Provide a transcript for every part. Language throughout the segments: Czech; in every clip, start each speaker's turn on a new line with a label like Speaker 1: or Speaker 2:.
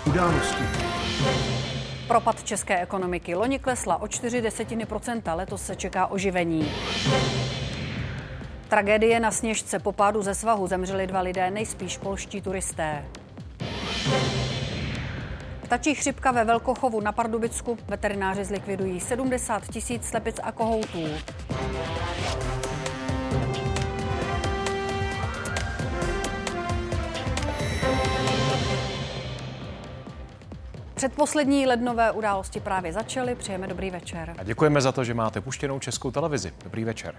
Speaker 1: Události.
Speaker 2: Propad české ekonomiky. Loni klesla o 0,4%, letos se čeká oživení. Tragédie na Sněžce. Po pádu ze svahu zemřeli 2 lidé, nejspíš polští turisté. Ptačí chřipka ve velkochovu na Pardubicku. Veterináři zlikvidují 70 000 slepic a kohoutů. Předposlední lednové události právě začaly. Přejeme dobrý večer.
Speaker 3: A děkujeme za to, že máte puštěnou Českou televizi. Dobrý večer.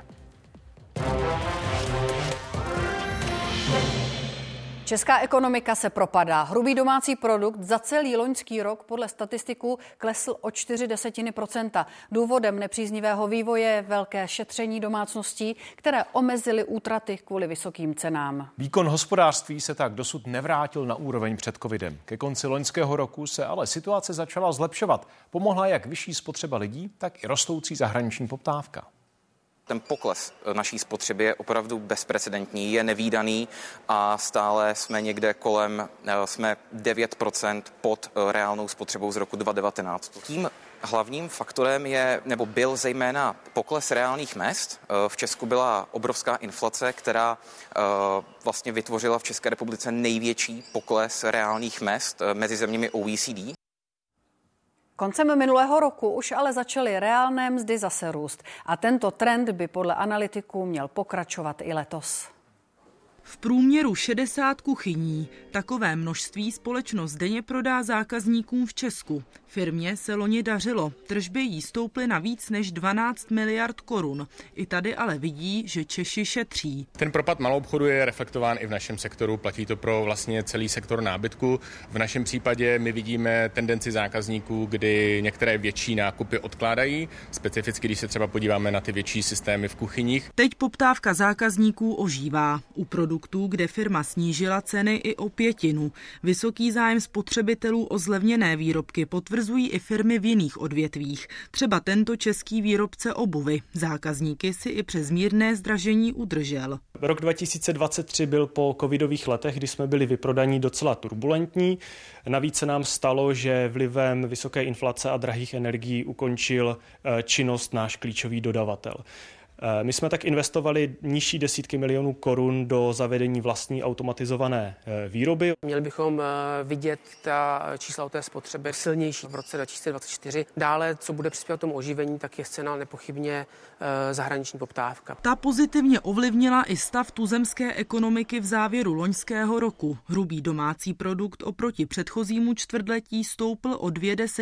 Speaker 2: Česká ekonomika se propadá. Hrubý domácí produkt za celý loňský rok podle statistiků klesl o 0,4%. Důvodem nepříznivého vývoje je velké šetření domácností, které omezily útraty kvůli vysokým cenám.
Speaker 3: Výkon hospodářství se tak dosud nevrátil na úroveň před covidem. Ke konci loňského roku se ale situace začala zlepšovat. Pomohla jak vyšší spotřeba lidí, tak i rostoucí zahraniční poptávka.
Speaker 4: Ten pokles naší spotřeby je opravdu bezprecedentní, je nevídaný a stále jsme někde jsme 9% pod reálnou spotřebou z roku 2019. Tím hlavním faktorem byl zejména pokles reálných mezd. V Česku byla obrovská inflace, která vlastně vytvořila v České republice největší pokles reálných mezd mezi zeměmi OECD.
Speaker 2: Koncem minulého roku už ale začaly reálné mzdy zase růst a tento trend by podle analytiků měl pokračovat i letos.
Speaker 5: V průměru 60 kuchyní. Takové množství společnost denně prodá zákazníkům v Česku. Firmě se loni dařilo. Tržby jí stouply na víc než 12 miliard korun. I tady ale vidí, že Češi šetří.
Speaker 6: Ten propad maloobchodu je reflektován i v našem sektoru. Platí to pro vlastně celý sektor nábytku. V našem případě my vidíme tendenci zákazníků, kdy některé větší nákupy odkládají. Specificky, když se třeba podíváme na ty větší systémy v kuchyních.
Speaker 5: Teď poptávka zákazníků ožívá. U produktů, kde firma snížila ceny i o 1/5. Vysoký zájem spotřebitelů o zlevněné výrobky potvrzují i firmy v jiných odvětvích. Třeba tento český výrobce obuvy. Zákazníky si i přes mírné zdražení udržel.
Speaker 7: Rok 2023 byl po covidových letech, kdy jsme byli vyprodaní, docela turbulentní. Navíc se nám stalo, že vlivem vysoké inflace a drahých energií ukončil činnost náš klíčový dodavatel. My jsme tak investovali nižší desítky milionů korun do zavedení vlastní automatizované výroby.
Speaker 8: Měli bychom vidět ta čísla o té spotřeby silnější v roce 2024. Dále, co bude přispěvat tomu oživení, tak je scéna nepochybně zahraniční poptávka.
Speaker 5: Ta pozitivně ovlivnila i stav tuzemské ekonomiky v závěru loňského roku. Hrubý domácí produkt oproti předchozímu čtvrtletí stoupl o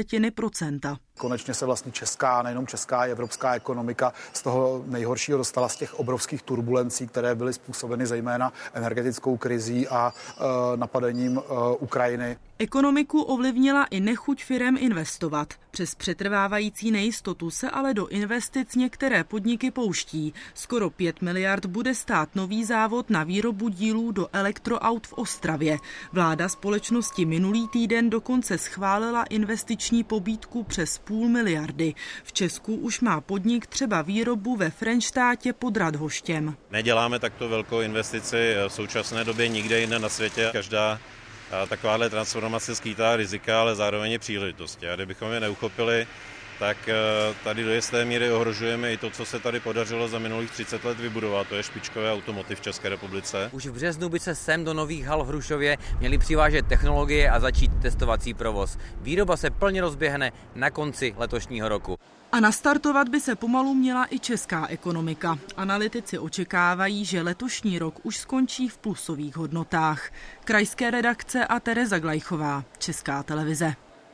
Speaker 5: 0,2%.
Speaker 9: Konečně se vlastně česká, nejenom česká, i evropská ekonomika z toho nejhoršího dostala z těch obrovských turbulencí, které byly způsobeny zejména energetickou krizí a napadením Ukrajiny.
Speaker 5: Ekonomiku ovlivnila i nechuť firem investovat. Přes přetrvávající nejistotu se ale do investic některé podniky pouští. Skoro 5 miliard bude stát nový závod na výrobu dílů do elektroaut v Ostravě. Vláda společnosti minulý týden dokonce schválila investiční pobídku přes 0,5 miliardy. V Česku už má podnik třeba výrobu ve Frenštátě pod Radhoštěm.
Speaker 10: Neděláme takto velkou investici v současné době nikde jinde na světě. Každá takováhle transformace skýtá rizika, ale zároveň je příležitosti. A kdybychom je neuchopili, tak tady do jisté míry ohrožujeme i to, co se tady podařilo za minulých 30 let vybudovat. To je špičkové automotiv v České republice.
Speaker 11: Už v březnu by se sem do nových hal v Hrušově měly přivážet technologie a začít testovací provoz. Výroba se plně rozběhne na konci letošního roku.
Speaker 5: A nastartovat by se pomalu měla i česká ekonomika. Analytici očekávají, že letošní rok už skončí v plusových hodnotách. Krajské redakce a Tereza Glajchová, Česká televize.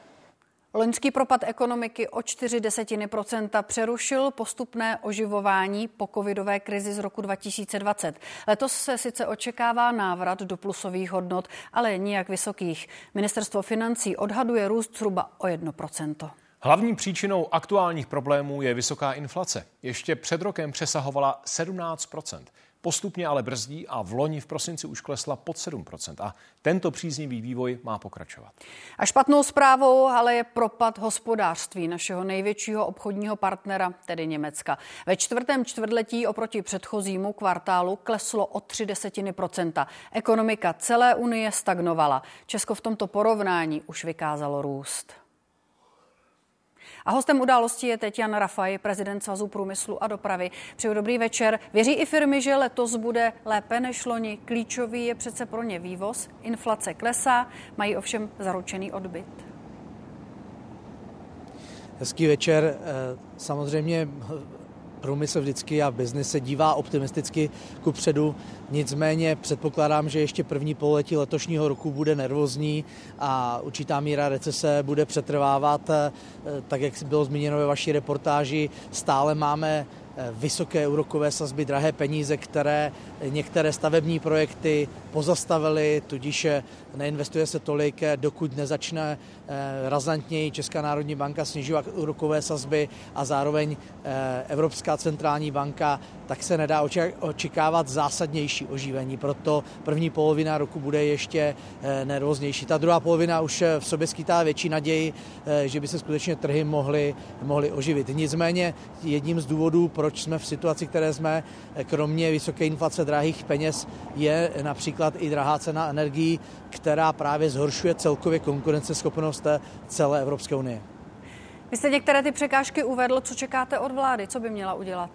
Speaker 2: Loňský propad ekonomiky o 0,4% přerušil postupné oživování po covidové krizi z roku 2020. Letos se sice očekává návrat do plusových hodnot, ale nijak vysokých. Ministerstvo financí odhaduje růst zhruba o 1%.
Speaker 3: Hlavní příčinou aktuálních problémů je vysoká inflace. Ještě před rokem přesahovala 17%. Postupně ale brzdí a v loni v prosinci už klesla pod 7%. A tento příznivý vývoj má pokračovat.
Speaker 2: A špatnou zprávou ale je propad hospodářství našeho největšího obchodního partnera, tedy Německa. Ve čtvrtém čtvrtletí oproti předchozímu kvartálu kleslo o 0,3%. Ekonomika celé Unie stagnovala. Česko v tomto porovnání už vykázalo růst. A hostem události je teď Jan Rafaj, prezident Svazu průmyslu a dopravy. Přeju dobrý večer. Věří i firmy, že letos bude lépe než loni. Klíčový je přece pro ně vývoz. Inflace klesá, mají ovšem zaručený odbyt.
Speaker 1: Hezký večer. Samozřejmě průmysl vždycky a biznis se dívá optimisticky kupředu, nicméně předpokládám, že ještě první pololetí letošního roku bude nervózní a určitá míra recese bude přetrvávat. Tak, jak bylo zmíněno ve vaší reportáži, stále máme vysoké úrokové sazby, drahé peníze, které některé stavební projekty pozastavily, tudíž neinvestuje se tolik, dokud nezačne razantněji Česká národní banka snižovat úrokové sazby a zároveň Evropská centrální banka, tak se nedá očekávat zásadnější oživení. Proto první polovina roku bude ještě nervóznější. Ta druhá polovina už v sobě skýtá větší naději, že by se skutečně trhy mohly oživit. Nicméně jedním z důvodů, proč jsme v situaci, které jsme, kromě vysoké inflace drahých peněz, je například i drahá cena energií, která právě zhoršuje celkově konkurenceschopnost celé Evropské unie.
Speaker 2: Vy jste některé ty překážky uvedl, co čekáte od vlády, co by měla udělat?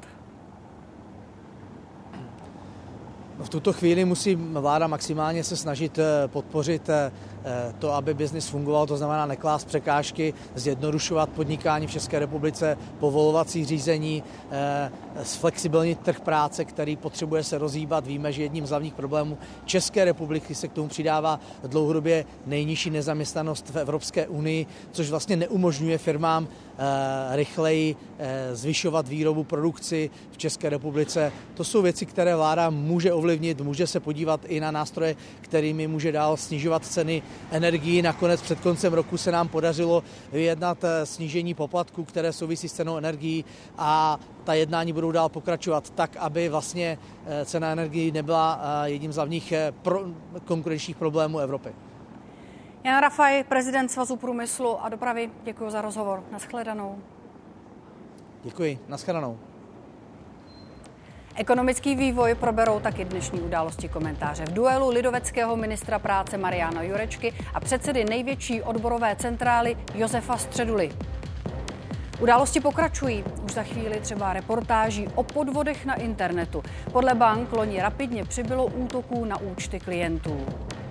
Speaker 1: V tuto chvíli musí vláda maximálně se snažit podpořit to, aby biznis fungoval, to znamená neklást překážky, zjednodušovat podnikání v České republice, povolovací řízení, zflexibilnit trh práce, který potřebuje se rozhýbat. Víme, že jedním z hlavních problémů České republiky se k tomu přidává dlouhodobě nejnižší nezaměstnanost v Evropské unii, což vlastně neumožňuje firmám rychleji zvyšovat výrobu, produkci v České republice. To jsou věci, které vláda může ovlivnit, může se podívat i na nástroje, kterými může dál snižovat ceny energií. Nakonec před koncem roku se nám podařilo vyjednat snížení poplatků, které souvisí s cenou energií, a ta jednání budou dál pokračovat tak, aby vlastně cena energií nebyla jedním z hlavních konkurenčních problémů Evropy.
Speaker 2: Jan Rafaj, prezident Svazu průmyslu a dopravy, děkuji za rozhovor. Nashledanou.
Speaker 1: Děkuji, nashledanou.
Speaker 2: Ekonomický vývoj proberou taky dnešní události komentáře. V duelu lidoveckého ministra práce Mariana Jurečky a předsedy největší odborové centrály Josefa Středuly. Události pokračují. Už za chvíli třeba reportáží o podvodech na internetu. Podle bank loni rapidně přibylo útoků na účty klientů.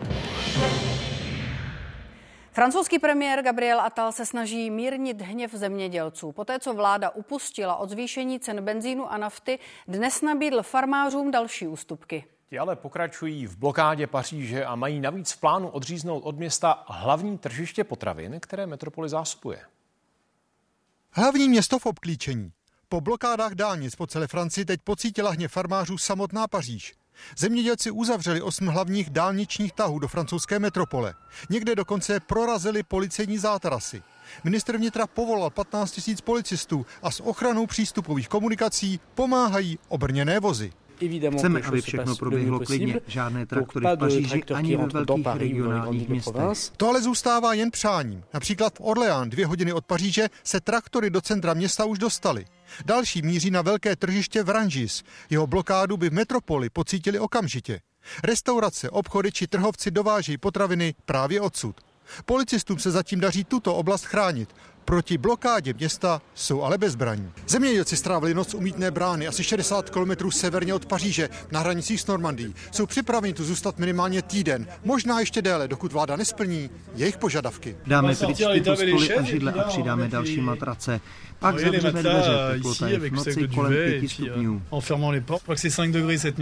Speaker 2: Francouzský premiér Gabriel Attal se snaží mírnit hněv zemědělců. Poté, co vláda upustila od zvýšení cen benzínu a nafty, dnes nabídl farmářům další ústupky.
Speaker 3: Ti ale pokračují v blokádě Paříže a mají navíc v plánu odříznout od města hlavní tržiště potravin, které metropoli zásobuje.
Speaker 12: Hlavní město v obklíčení. Po blokádách dálnic po celé Francii teď pocítila hněv farmářů samotná Paříž. Zemědělci uzavřeli 8 hlavních dálničních tahů do francouzské metropole. Někde dokonce prorazili policejní zátarasy. Ministr vnitra povolal 15 000 policistů a s ochranou přístupových komunikací pomáhají obrněné vozy.
Speaker 13: Chceme, aby všechno proběhlo klidně. Žádné traktory v Paříži ani ve velkých regionálních městech.
Speaker 12: To ale zůstává jen přáním. Například v Orléans, 2 hodiny od Paříže, se traktory do centra města už dostaly. Další míří na velké tržiště v Rungis. Jeho blokádu by v metropoli pocítili okamžitě. Restaurace, obchody či trhovci dovážejí potraviny právě odsud. Policistům se zatím daří tuto oblast chránit. Proti blokádě města jsou ale bezbraní. Zemědělci strávili noc u Mýtné brány, asi 60 km severně od Paříže, na hranicích s Normandií. Jsou připraveni tu zůstat minimálně týden, možná ještě déle, dokud vláda nesplní jejich požadavky.
Speaker 13: Dáme pryč tyto stoly a židle a přidáme další matrace. Pak zavřeme dveře, teplota je v noci kolem 5 stupňů.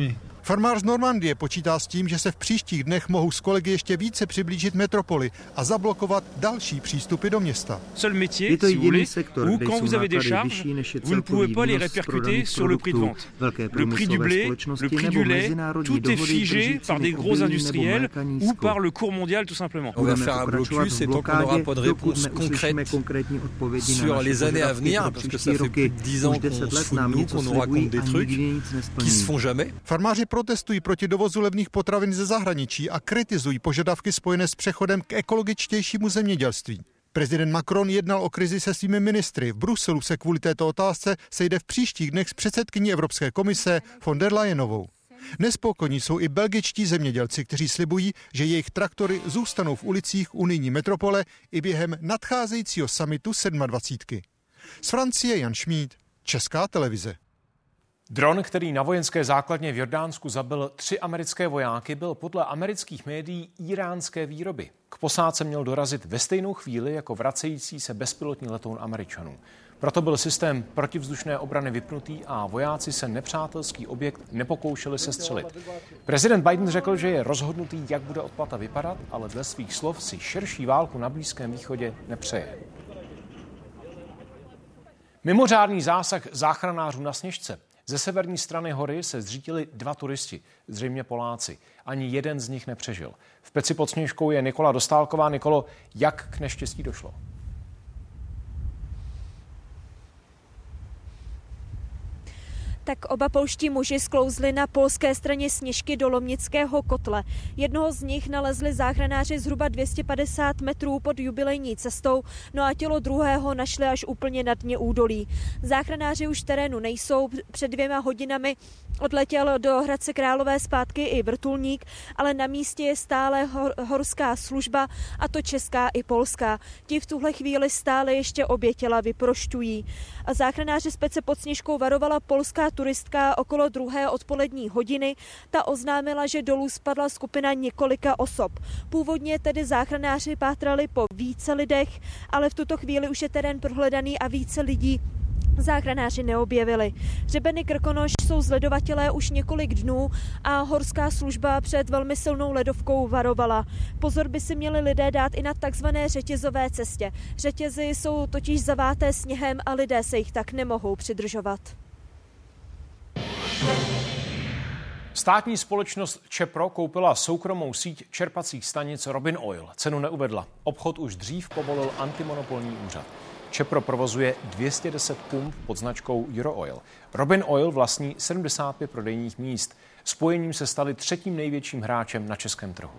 Speaker 12: Farmář z Normandie počítá s tím, že se v příštích dnech mohou s kolegy ještě více přiblížit metropoli a zablokovat další přístupy do města.
Speaker 13: Je to jediný sektor, kde jsou náklady vyšší než je celkový výnos z prodaných produktů. Velké průmyslové společnosti nebo mezinárodní dohody držící obilní nebo mléka nízko. Budeme pokračovat v blokádě, dokud neuslyšíme konkrétní odpovědi na naše požadavky pro příští roky. Už 10 let nám něco slibují a nikdy nic nesplní.
Speaker 12: Farmáři protestují proti dovozu levných potravin ze zahraničí a kritizují požadavky spojené s přechodem k ekologičtějšímu zemědělství. Prezident Macron jednal o krizi se svými ministry. V Bruselu se kvůli této otázce sejde v příštích dnech s předsedkyní Evropské komise von der Leyenovou. Nespokojení jsou i belgičtí zemědělci, kteří slibují, že jejich traktory zůstanou v ulicích unijní metropole i během nadcházejícího summitu 27. Z Francie Jan Šmíd, Česká televize.
Speaker 3: Dron, který na vojenské základně v Jordánsku zabil 3 americké vojáky, byl podle amerických médií íránské výroby. K posádce měl dorazit ve stejnou chvíli jako vracející se bezpilotní letoun Američanů. Proto byl systém protivzdušné obrany vypnutý a vojáci se nepřátelský objekt nepokoušeli sestřelit. Prezident Biden řekl, že je rozhodnutý, jak bude odplata vypadat, ale dle svých slov si širší válku na Blízkém východě nepřeje. Mimořádný zásah záchranářů na Sněžce. Ze severní strany hory se zřítili 2 turisti, zřejmě Poláci. Ani jeden z nich nepřežil. V Peci pod Sněžkou je Nikola Dostálková. Nikolo, jak k neštěstí došlo?
Speaker 14: Tak oba polští muži sklouzli na polské straně Sněžky do Lomnického kotle. Jednoho z nich nalezli záchranáři zhruba 250 metrů pod jubilejní cestou, no a tělo druhého našli až úplně na dně údolí. Záchranáři už v terénu nejsou, před 2 hodinami odletěl do Hradce Králové zpátky i vrtulník, ale na místě je stále horská služba, a to česká i polská. Ti v tuhle chvíli stále ještě obě těla vyprošťují. A záchranáři z Pece pod Sněžkou varovala polská turistka okolo 2. odpolední hodiny. Ta oznámila, že dolů spadla skupina několika osob. Původně tedy záchranáři pátrali po více lidech, ale v tuto chvíli už je terén prohledaný a více lidí záchranáři neobjevili. Hřebeny Krkonoš jsou zledovatelé už několik dnů a horská služba před velmi silnou ledovkou varovala. Pozor by si měli lidé dát i na takzvané řetězové cestě. Řetězy jsou totiž zaváté sněhem a lidé se jich tak nemohou přidržovat.
Speaker 3: Státní společnost ČEPRO koupila soukromou síť čerpacích stanic Robin Oil. Cenu neuvedla. Obchod už dřív povolil antimonopolní úřad. ČEPRO provozuje 210 pump pod značkou Eurooil. Robin Oil vlastní 75 prodejních míst. Spojením se stali 3. největším hráčem na českém trhu.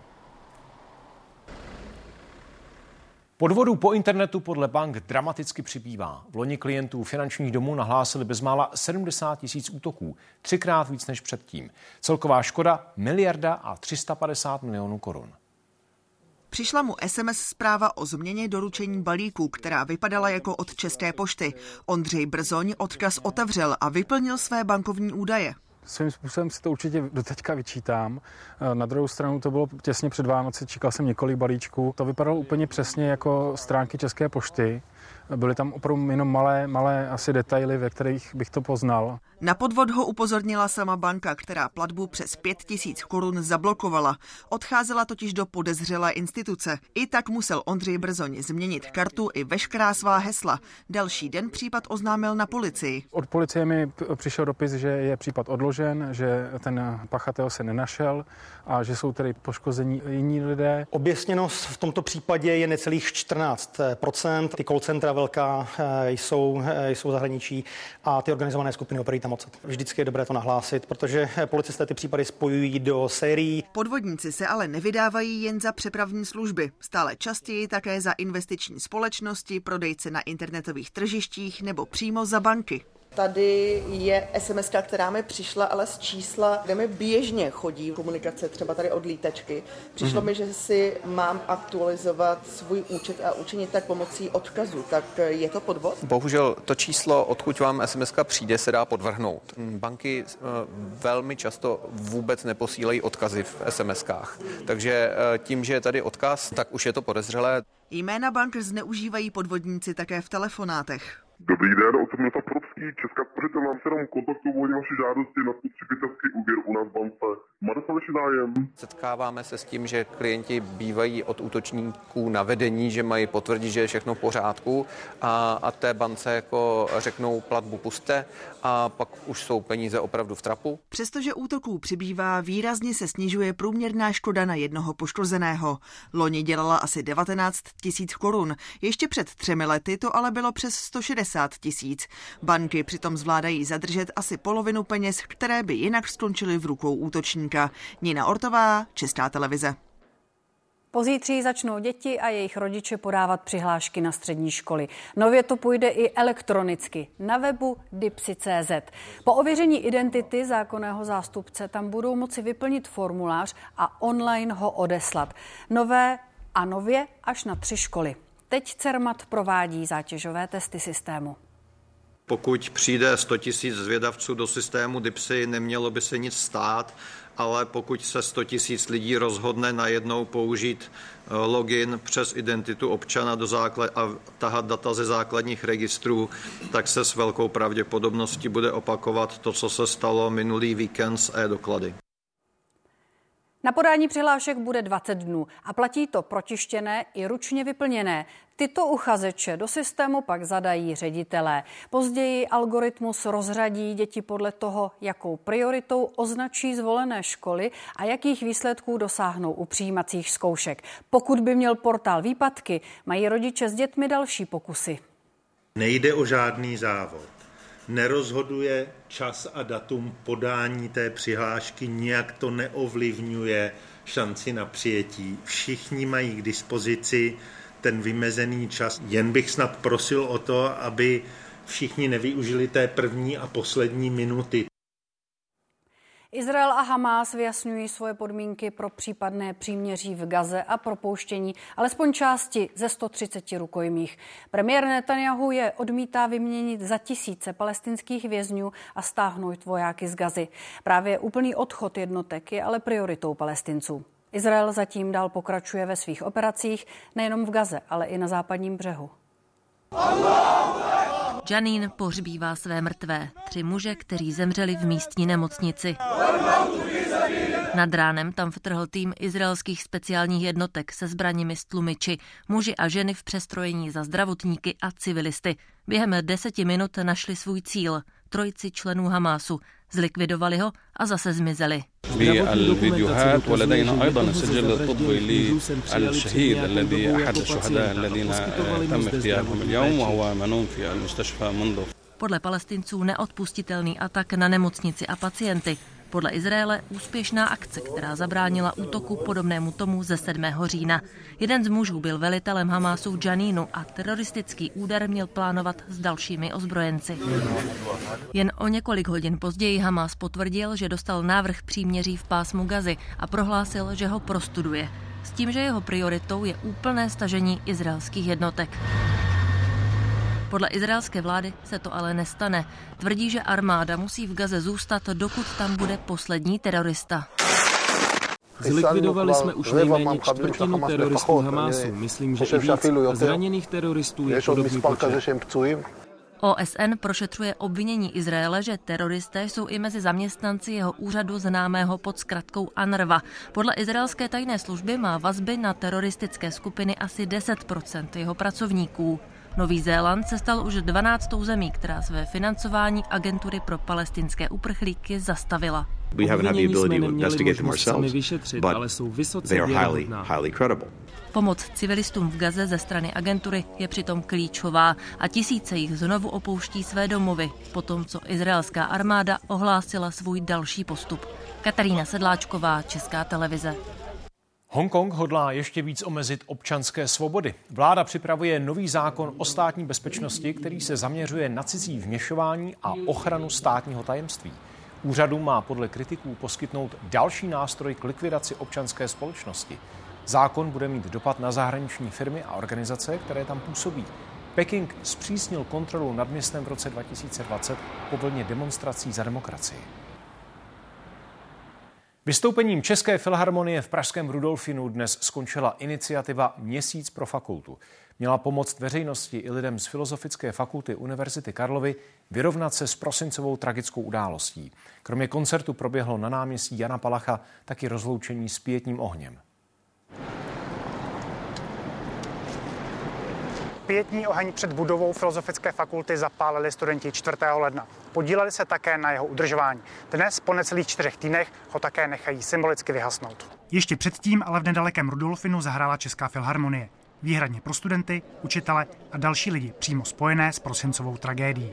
Speaker 3: Podvodů po internetu podle bank dramaticky přibývá. Vloni klientů finančních domů nahlásili bezmála 70 000 útoků, 3krát víc než předtím. Celková škoda 1 350 milionů korun.
Speaker 15: Přišla mu SMS zpráva o změně doručení balíků, která vypadala jako od České pošty. Ondřej Brzoň odkaz otevřel a vyplnil své bankovní údaje.
Speaker 16: Svým způsobem si to určitě doteďka vyčítám. Na druhou stranu to bylo těsně před Vánoci, čekal jsem několik balíčků. To vypadalo úplně přesně jako stránky České pošty. Byly tam opravdu jenom malé asi detaily, ve kterých bych to poznal.
Speaker 15: Na podvod ho upozornila sama banka, která platbu přes 5 000 korun zablokovala. Odcházela totiž do podezřelé instituce. I tak musel Ondřej Brzoň změnit kartu i veškerá svá hesla. Další den případ oznámil na policii.
Speaker 16: Od policie mi přišel dopis, že je případ odložen, že ten pachatel se nenašel a že jsou tedy poškození jiní lidé.
Speaker 17: Objasněnost v tomto případě je necelých 14%. Ty call centra velká jsou v zahraničí a ty organizované skupiny operují tam odsud. Vždycky je dobré to nahlásit, protože policisté ty případy spojují do sérií.
Speaker 15: Podvodníci se ale nevydávají jen za přepravní služby. Stále častěji také za investiční společnosti, prodejce na internetových tržištích nebo přímo za banky.
Speaker 18: Tady je SMS-ka, která mi přišla, ale z čísla, kde mi běžně chodí komunikace, třeba tady od lítačky. Přišlo mi, že si mám aktualizovat svůj účet a učinit tak pomocí odkazu. Tak je to podvod?
Speaker 19: Bohužel to číslo, odkud vám SMS-ka přijde, se dá podvrhnout. Banky velmi často vůbec neposílají odkazy v SMS-kách. Takže tím, že je tady odkaz, tak už je to podezřelé.
Speaker 15: Jména bank zneužívají podvodníci také v telefonátech.
Speaker 20: Dobrý den, osobně Evropský. Česká spořitel nám se nám kontaktovali vaši žádosti na spotřebitelský úvěr u nás v bance. Máte se vaši zájem?
Speaker 19: Setkáváme se s tím, že klienti bývají od útočníků na vedení, že mají potvrdit, že je všechno v pořádku a té bance jako řeknou platbu pusťte a pak už jsou peníze opravdu v trapu.
Speaker 15: Přestože útoků přibývá, výrazně se snižuje průměrná škoda na jednoho poškozeného. Loni dělala asi 19 000 korun. Ještě před 3 lety to ale bylo přes 160 000. Banky přitom zvládají zadržet asi polovinu peněz, které by jinak skončily v rukou útočníka. Nina Ortová, Česká televize.
Speaker 2: Pozítří začnou děti a jejich rodiče podávat přihlášky na střední školy. Nově to půjde i elektronicky na webu dipsy.cz. Po ověření identity zákonného zástupce tam budou moci vyplnit formulář a online ho odeslat. Nově až na 3 školy. Teď Cermat provádí zátěžové testy systému.
Speaker 21: Pokud přijde 100 000 zvědavců do systému DIPSY, nemělo by se nic stát, ale pokud se 100 000 lidí rozhodne najednou použít login přes identitu občana a tahat data ze základních registrů, tak se s velkou pravděpodobností bude opakovat to, co se stalo minulý víkend s e-doklady.
Speaker 2: Na podání přihlášek bude 20 dnů a platí to protištěné i ručně vyplněné. Tyto uchazeče do systému pak zadají ředitelé. Později algoritmus rozřadí děti podle toho, jakou prioritou označí zvolené školy a jakých výsledků dosáhnou u přijímacích zkoušek. Pokud by měl portál výpadky, mají rodiče s dětmi další pokusy.
Speaker 22: Nejde o žádný závod. Nerozhoduje čas a datum podání té přihlášky, nijak to neovlivňuje šanci na přijetí. Všichni mají k dispozici ten vymezený čas. Jen bych snad prosil o to, aby všichni nevyužili té první a poslední minuty.
Speaker 2: Izrael a Hamás vyjasňují svoje podmínky pro případné příměří v Gaze a propouštění alespoň části ze 130 rukojmích. Premiér Netanjahu je odmítá vyměnit za tisíce palestinských vězňů a stáhnout vojáky z Gazy. Právě úplný odchod jednotek je ale prioritou Palestinců. Izrael zatím dál pokračuje ve svých operacích nejenom v Gaze, ale i na západním břehu.
Speaker 23: Janín pohřbívá své mrtvé, 3 muže, kteří zemřeli v místní nemocnici. Nad ránem tam vtrhl tým izraelských speciálních jednotek se zbraněmi s tlumiči, muži a ženy v přestrojení za zdravotníky a civilisty. Během 10 minut našli svůj cíl, 3 členů Hamásu. Zlikvidovali ho a zase zmizeli.
Speaker 24: بالفيديوهات ولدينا أيضا السجل الطبي للشهيد الذي أحد الشهداء الذين تم اغتيالهم اليوم وهو منوم في المستشفى منذ.
Speaker 23: Podle Palestinců neodpustitelný atak na nemocnici a pacienty. Podle Izraele úspěšná akce, která zabránila útoku podobnému tomu ze 7. října. Jeden z mužů byl velitelem Hamásu v Janínu a teroristický úder měl plánovat s dalšími ozbrojenci. Jen o několik hodin později Hamás potvrdil, že dostal návrh příměří v pásmu Gazy a prohlásil, že ho prostuduje. S tím, že jeho prioritou je úplné stažení izraelských jednotek. Podle izraelské vlády se to ale nestane. Tvrdí, že armáda musí v Gaze zůstat, dokud tam bude poslední terorista.
Speaker 25: Zlikvidovali jsme už nejméně čtvrtinu teroristů Hamásu. Myslím, že i víc zraněných teroristů je podobný počet.
Speaker 23: OSN prošetřuje obvinění Izraele, že teroristé jsou i mezi zaměstnanci jeho úřadu známého pod zkratkou UNRWA. Podle izraelské tajné služby má vazby na teroristické skupiny asi 10% jeho pracovníků. Nový Zéland se stal už 12. zemí, která své financování agentury pro palestinské uprchlíky zastavila.
Speaker 25: We haven't had the ability to investigate them ourselves, but they are highly credible.
Speaker 23: Pomoc civilistům v Gaze ze strany agentury je přitom klíčová a tisíce jich znovu opouští své domovy, potom co izraelská armáda ohlásila svůj další postup. Katarína Sedláčková, Česká televize.
Speaker 3: Hongkong hodlá ještě víc omezit občanské svobody. Vláda připravuje nový zákon o státní bezpečnosti, který se zaměřuje na cizí vměšování a ochranu státního tajemství. Úřadu má podle kritiků poskytnout další nástroj k likvidaci občanské společnosti. Zákon bude mít dopad na zahraniční firmy a organizace, které tam působí. Peking zpřísnil kontrolu nad městem v roce 2020 po vlně demonstrací za demokracii. Vystoupením České filharmonie v pražském Rudolfinu dnes skončila iniciativa Měsíc pro fakultu. Měla pomoct veřejnosti i lidem z Filozofické fakulty Univerzity Karlovy vyrovnat se s prosincovou tragickou událostí. Kromě koncertu proběhlo na náměstí Jana Palacha taky rozloučení s pietním ohněm.
Speaker 4: Pietní oheň před budovou Filozofické fakulty zapálili studenti 4. ledna. Podíleli se také na jeho udržování. Dnes po necelých 4 týdnech ho také nechají symbolicky vyhasnout. Ještě předtím ale v nedalekém Rudolfinu zahrála Česká filharmonie. Výhradně pro studenty, učitele a další lidi přímo spojené s prosincovou tragédií.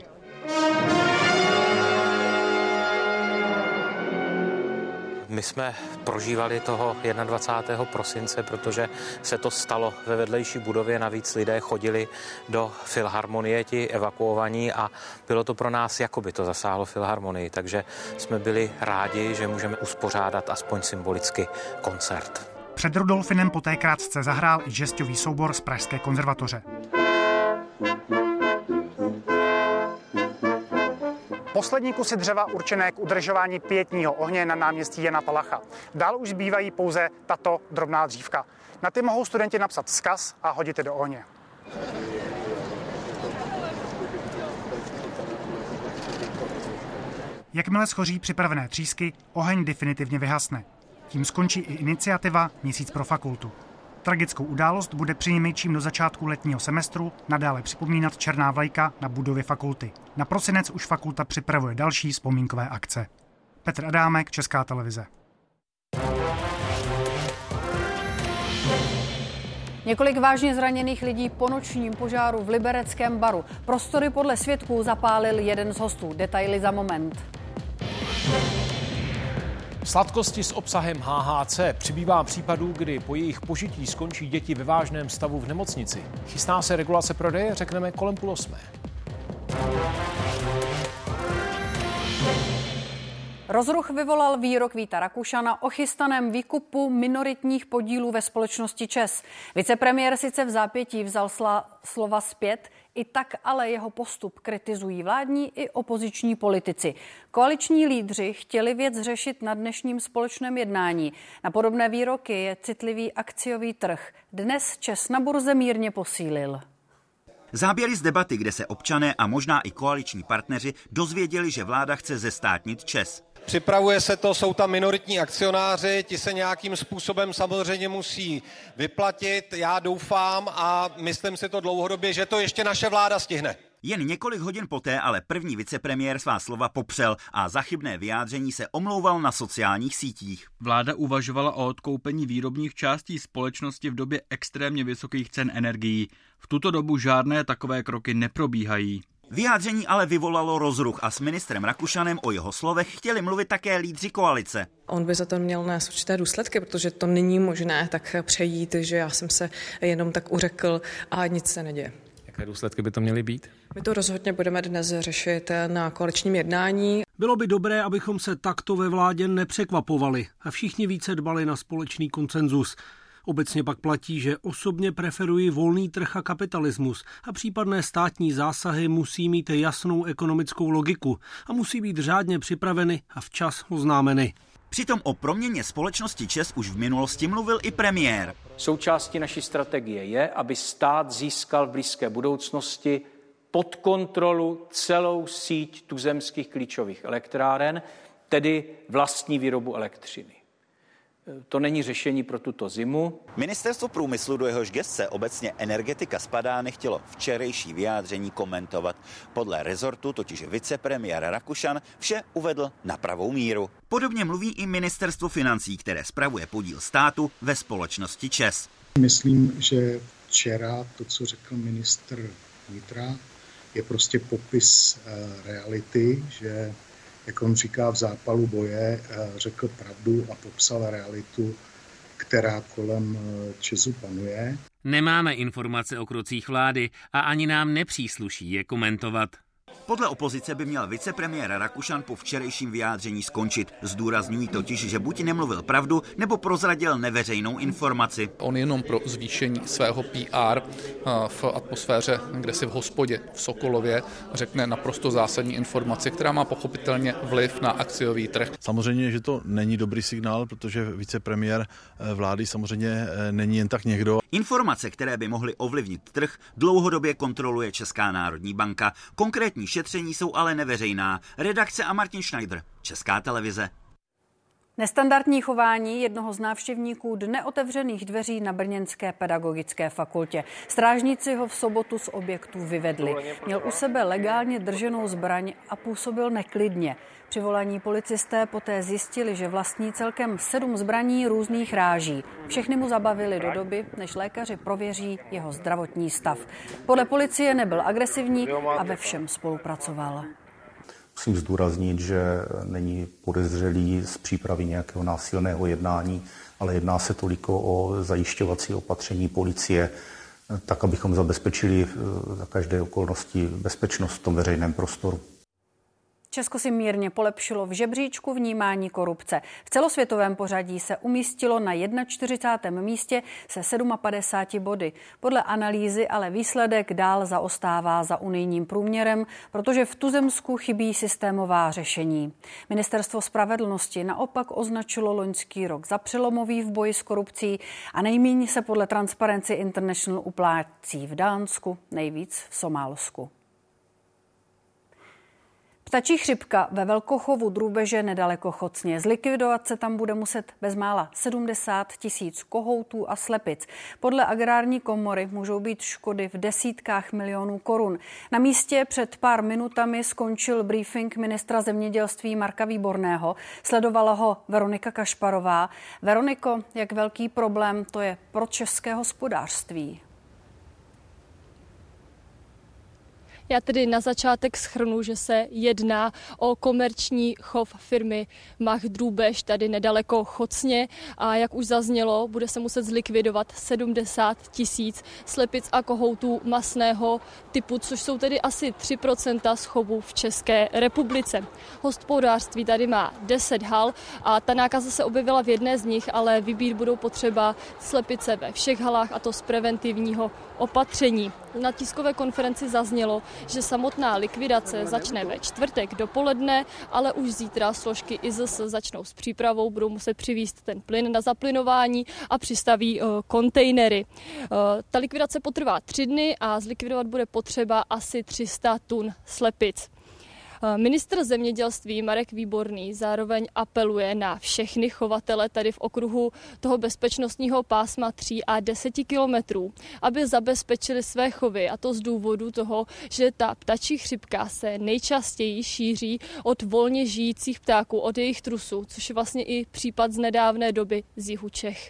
Speaker 6: My jsme prožívali toho 21. prosince, protože se to stalo ve vedlejší budově, navíc lidé chodili do filharmonie, ti evakuovaní, a bylo to pro nás, jako by to zasáhlo filharmonii, takže jsme byli rádi, že můžeme uspořádat aspoň symbolicky koncert.
Speaker 4: Před Rudolfinem poté krátce zahrál i žestový soubor z Pražské konzervatoře. Poslední kusy dřeva určené k udržování pietního ohně na náměstí Jana Palacha. Dál už zbývají pouze tato drobná dřívka. Na ty mohou studenti napsat vzkaz a hodit je do ohně. Jakmile schoří připravené třísky, oheň definitivně vyhasne. Tím skončí i iniciativa Měsíc pro fakultu. Tragickou událost bude přinejmenším do začátku letního semestru nadále připomínat černá vlajka na budově fakulty. Na prosinec už fakulta připravuje další vzpomínkové akce. Petr Adámek, Česká televize.
Speaker 2: Několik vážně zraněných lidí po nočním požáru v libereckém baru. Prostory podle svědků zapálil jeden z hostů. Detaily za moment.
Speaker 3: Sladkosti s obsahem HHC. Přibývá případů, kdy po jejich požití skončí děti ve vážném stavu v nemocnici. Chystá se regulace prodeje, řekneme kolem 7:30.
Speaker 2: Rozruch vyvolal výrok Víta Rakušana o chystaném výkupu minoritních podílů ve společnosti ČEZ. Vicepremiér sice v zápětí vzal slova zpět, i tak ale jeho postup kritizují vládní i opoziční politici. Koaliční lídři chtěli věc řešit na dnešním společném jednání. Na podobné výroky je citlivý akciový trh. Dnes ČEZ na burze mírně posílil.
Speaker 7: Záběry z debaty, kde se občané a možná i koaliční partneři dozvěděli, že vláda chce zestátnit ČEZ.
Speaker 8: Připravuje se to, jsou tam minoritní akcionáři, ti se nějakým způsobem samozřejmě musí vyplatit. Já doufám a myslím si to dlouhodobě, že to ještě naše vláda stihne.
Speaker 7: Jen několik hodin poté ale první vicepremiér svá slova popřel a za chybné vyjádření se omlouval na sociálních sítích.
Speaker 9: Vláda uvažovala o odkoupení výrobních částí společnosti v době extrémně vysokých cen energií. V tuto dobu žádné takové kroky neprobíhají.
Speaker 7: Vyjádření ale vyvolalo rozruch a s ministrem Rakušanem o jeho slovech chtěli mluvit také lídři koalice.
Speaker 26: On by za to měl nést určité důsledky, protože to není možné tak přejít, že já jsem se jenom tak uřekl a nic se neděje.
Speaker 3: Jaké důsledky by to měly být?
Speaker 26: My to rozhodně budeme dnes řešit na koaličním jednání.
Speaker 27: Bylo by dobré, abychom se takto ve vládě nepřekvapovali a všichni více dbali na společný konsenzus. Obecně pak platí, že osobně preferuji volný trh a kapitalismus a případné státní zásahy musí mít jasnou ekonomickou logiku a musí být řádně připraveny a včas oznámeny.
Speaker 7: Přitom o proměně společnosti ČEZ už v minulosti mluvil i premiér.
Speaker 28: Součástí naší strategie je, aby stát získal v blízké budoucnosti pod kontrolu celou síť tuzemských klíčových elektráren, tedy vlastní výrobu elektřiny. To není řešení pro tuto zimu.
Speaker 7: Ministerstvo průmyslu, do jehož gesce obecně energetika spadá, nechtělo včerejší vyjádření komentovat. Podle rezortu totiž vicepremiér Rakušan vše uvedl na pravou míru. Podobně mluví i ministerstvo financí, které spravuje podíl státu ve společnosti ČEZ.
Speaker 29: Myslím, že včera to, co řekl ministr vnitra, je prostě popis reality, že jak on říká, v zápalu boje řekl pravdu a popsal realitu, která kolem ČEZu panuje.
Speaker 30: Nemáme informace o krocích vlády a ani nám nepřísluší je komentovat.
Speaker 7: Podle opozice by měl vicepremiér Rakušan po včerejším vyjádření skončit. Zdůrazňují totiž, že buď nemluvil pravdu, nebo prozradil neveřejnou informaci.
Speaker 1: On jenom pro zvýšení svého PR v atmosféře, kde si v hospodě v Sokolově řekne naprosto zásadní informaci, která má pochopitelně vliv na akciový trh.
Speaker 5: Samozřejmě, že to není dobrý signál, protože vicepremiér vlády samozřejmě není jen tak někdo.
Speaker 7: Informace, které by mohly ovlivnit trh, dlouhodobě kontroluje Česká národní banka. Konkrétní šetření jsou ale neveřejná. Redakce a Martin Schneider, Česká televize.
Speaker 2: Nestandardní chování jednoho z návštěvníků Dne otevřených dveří na brněnské pedagogické fakultě. Strážníci ho v sobotu z objektu vyvedli. Měl u sebe legálně drženou zbraň a působil neklidně. Přivolaní policisté poté zjistili, že vlastní celkem 7 zbraní různých ráží. Všechny mu zabavili do doby, než lékaři prověří jeho zdravotní stav. Podle policie nebyl agresivní a ve všem spolupracoval.
Speaker 10: Musím zdůraznit, že není podezřelý z přípravy nějakého násilného jednání, ale jedná se toliko o zajišťovací opatření policie, tak abychom zabezpečili za každé okolnosti bezpečnost v tom veřejném prostoru.
Speaker 2: Česko si mírně polepšilo v žebříčku vnímání korupce. V celosvětovém pořadí se umístilo na 41. místě se 57 body. Podle analýzy ale výsledek dál zaostává za unijním průměrem, protože v tuzemsku chybí systémová řešení. Ministerstvo spravedlnosti naopak označilo loňský rok za přelomový v boji s korupcí a nejméně se podle Transparency International uplácí v Dánsku, nejvíc v Somálsku. Ptačí chřipka ve velkochovu drůbeže nedaleko Chocně. Zlikvidovat se tam bude muset bezmála 70 000 kohoutů a slepic. Podle Agrární komory můžou být škody v desítkách milionů korun. Na místě před pár minutami skončil briefing ministra zemědělství Marka Výborného. Sledovala ho Veronika Kašparová. Veroniko, jak velký problém to je pro české hospodářství?
Speaker 11: Já tedy na začátek shrnu, že se jedná o komerční chov firmy Mach Drůbež tady nedaleko Chocně a jak už zaznělo, bude se muset zlikvidovat 70 000 slepic a kohoutů masného typu, což jsou tedy asi 3% z chovu v České republice. Hospodářství tady má 10 hal a ta nákaza se objevila v jedné z nich, ale vybít budou potřeba slepice ve všech halách a to z preventivního opatření. Na tiskové konferenci zaznělo, že samotná likvidace začne ve čtvrtek dopoledne, ale už zítra složky IZS začnou s přípravou, budou muset přivízt ten plyn na zaplynování a přistaví kontejnery. Ta likvidace potrvá 3 dny a zlikvidovat bude potřeba asi 300 tun slepic. Ministr zemědělství Marek Výborný zároveň apeluje na všechny chovatele tady v okruhu toho bezpečnostního pásma 3 a 10 kilometrů, aby zabezpečili své chovy, a to z důvodu toho, že ta ptačí chřipka se nejčastěji šíří od volně žijících ptáků, od jejich trusů, což je vlastně i případ z nedávné doby z jihu Čech.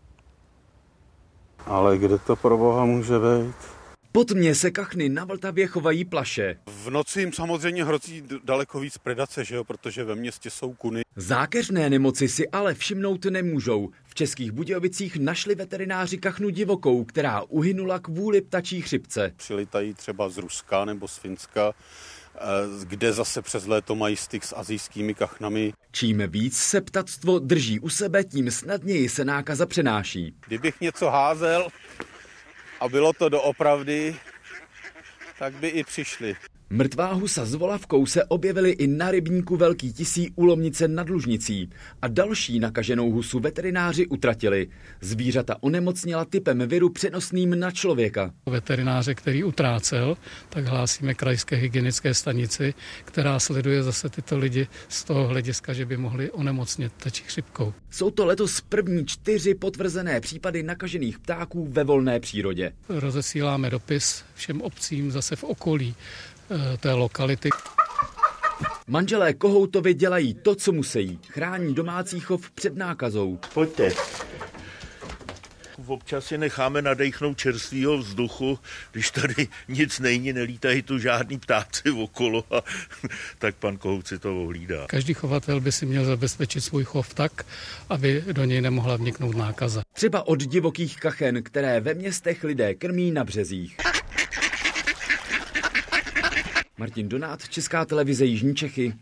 Speaker 5: Ale kde to pro boha může být?
Speaker 12: Po tmě se kachny na Vltavě chovají plaše.
Speaker 5: V noci jim samozřejmě hrozí daleko víc predace, že jo? Protože ve městě jsou kuny.
Speaker 12: Zákeřné nemoci si ale všimnout nemůžou. V Českých Budějovicích našli veterináři kachnu divokou, která uhynula kvůli ptačí chřipce.
Speaker 5: Přilitají třeba z Ruska nebo z Finska, kde zase přes léto mají styk s asijskými kachnami.
Speaker 12: Čím víc se ptactvo drží u sebe, tím snadněji se nákaza přenáší.
Speaker 5: Kdybych něco házel a bylo to doopravdy, tak by i přišli.
Speaker 12: Mrtvá husa s volavkou se objevily i na rybníku Velký Tisí u Lomnice nad Lužnicí a další nakaženou husu veterináři utratili. Zvířata onemocněla typem viru přenosným na člověka.
Speaker 25: Veterináře, který utrácel, tak hlásíme krajské hygienické stanici, která sleduje zase tyto lidi z toho hlediska, že by mohli onemocnit ptačí chřipkou.
Speaker 12: Jsou to letos první 4 potvrzené případy nakažených ptáků ve volné přírodě.
Speaker 25: Rozesíláme dopis všem obcím zase v okolí té lokality.
Speaker 12: Manželé Kohoutovi dělají to, co musí. Chrání domácí chov před nákazou.
Speaker 5: Pojďte. Občas si necháme nadechnout čerstvýho vzduchu, když tady nic není, nelítají tu žádný ptáci okolo, tak pan Kohout si to ohlídá.
Speaker 25: Každý chovatel by si měl zabezpečit svůj chov tak, aby do něj nemohla vniknout nákaza.
Speaker 12: Třeba od divokých kachen, které ve městech lidé krmí na březích. Martin Donát, Česká televize Jižní Čechy.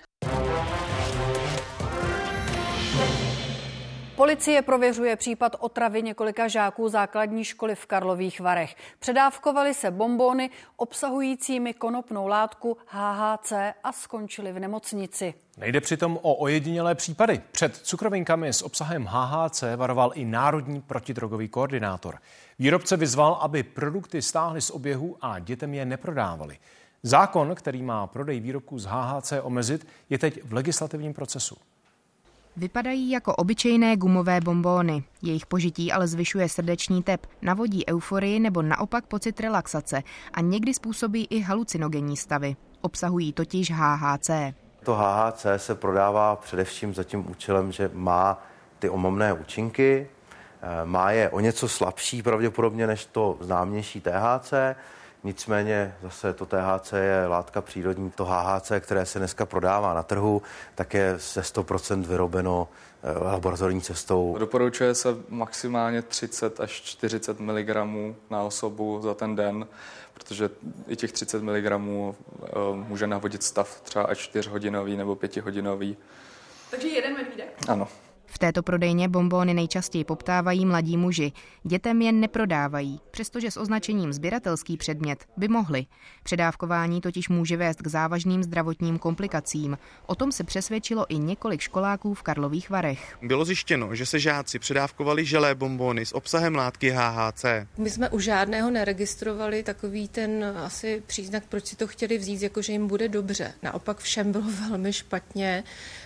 Speaker 2: Policie prověřuje případ otravy několika žáků základní školy v Karlových Varech. Předávkovali se bonbony obsahujícími konopnou látku HHC a skončili v nemocnici.
Speaker 3: Nejde přitom o ojedinělé případy. Před cukrovinkami s obsahem HHC varoval i Národní protidrogový koordinátor. Výrobce vyzval, aby produkty stáhli z oběhu a dětem je neprodávali. Zákon, který má prodej výrobků z HHC omezit, je teď v legislativním procesu.
Speaker 13: Vypadají jako obyčejné gumové bonbóny. Jejich požití ale zvyšuje srdeční tep, navodí euforii nebo naopak pocit relaxace a někdy způsobí i halucinogenní stavy. Obsahují totiž HHC.
Speaker 14: To HHC se prodává především za tím účelem, že má ty omamné účinky, má je o něco slabší pravděpodobně než to známější THC, nicméně zase to THC je látka přírodní. To HHC, které se dneska prodává na trhu, tak je ze 100% vyrobeno laboratorní cestou.
Speaker 15: Doporučuje se maximálně 30 až 40 mg na osobu za ten den, protože i těch 30 mg může navodit stav třeba až 4hodinový nebo 5hodinový.
Speaker 13: Takže jeden medvídek?
Speaker 15: Ano.
Speaker 13: V této prodejně bonbóny nejčastěji poptávají mladí muži. Dětem je neprodávají, přestože s označením sběratelský předmět by mohli. Předávkování totiž může vést k závažným zdravotním komplikacím. O tom se přesvědčilo i několik školáků v Karlových Varech.
Speaker 16: Bylo zjištěno, že se žáci předávkovali želé bonbóny s obsahem látky HHC.
Speaker 17: My jsme u žádného neregistrovali takový ten asi příznak, proč si to chtěli vzít, jako že jim bude dobře. Naopak všem bylo velmi špatně.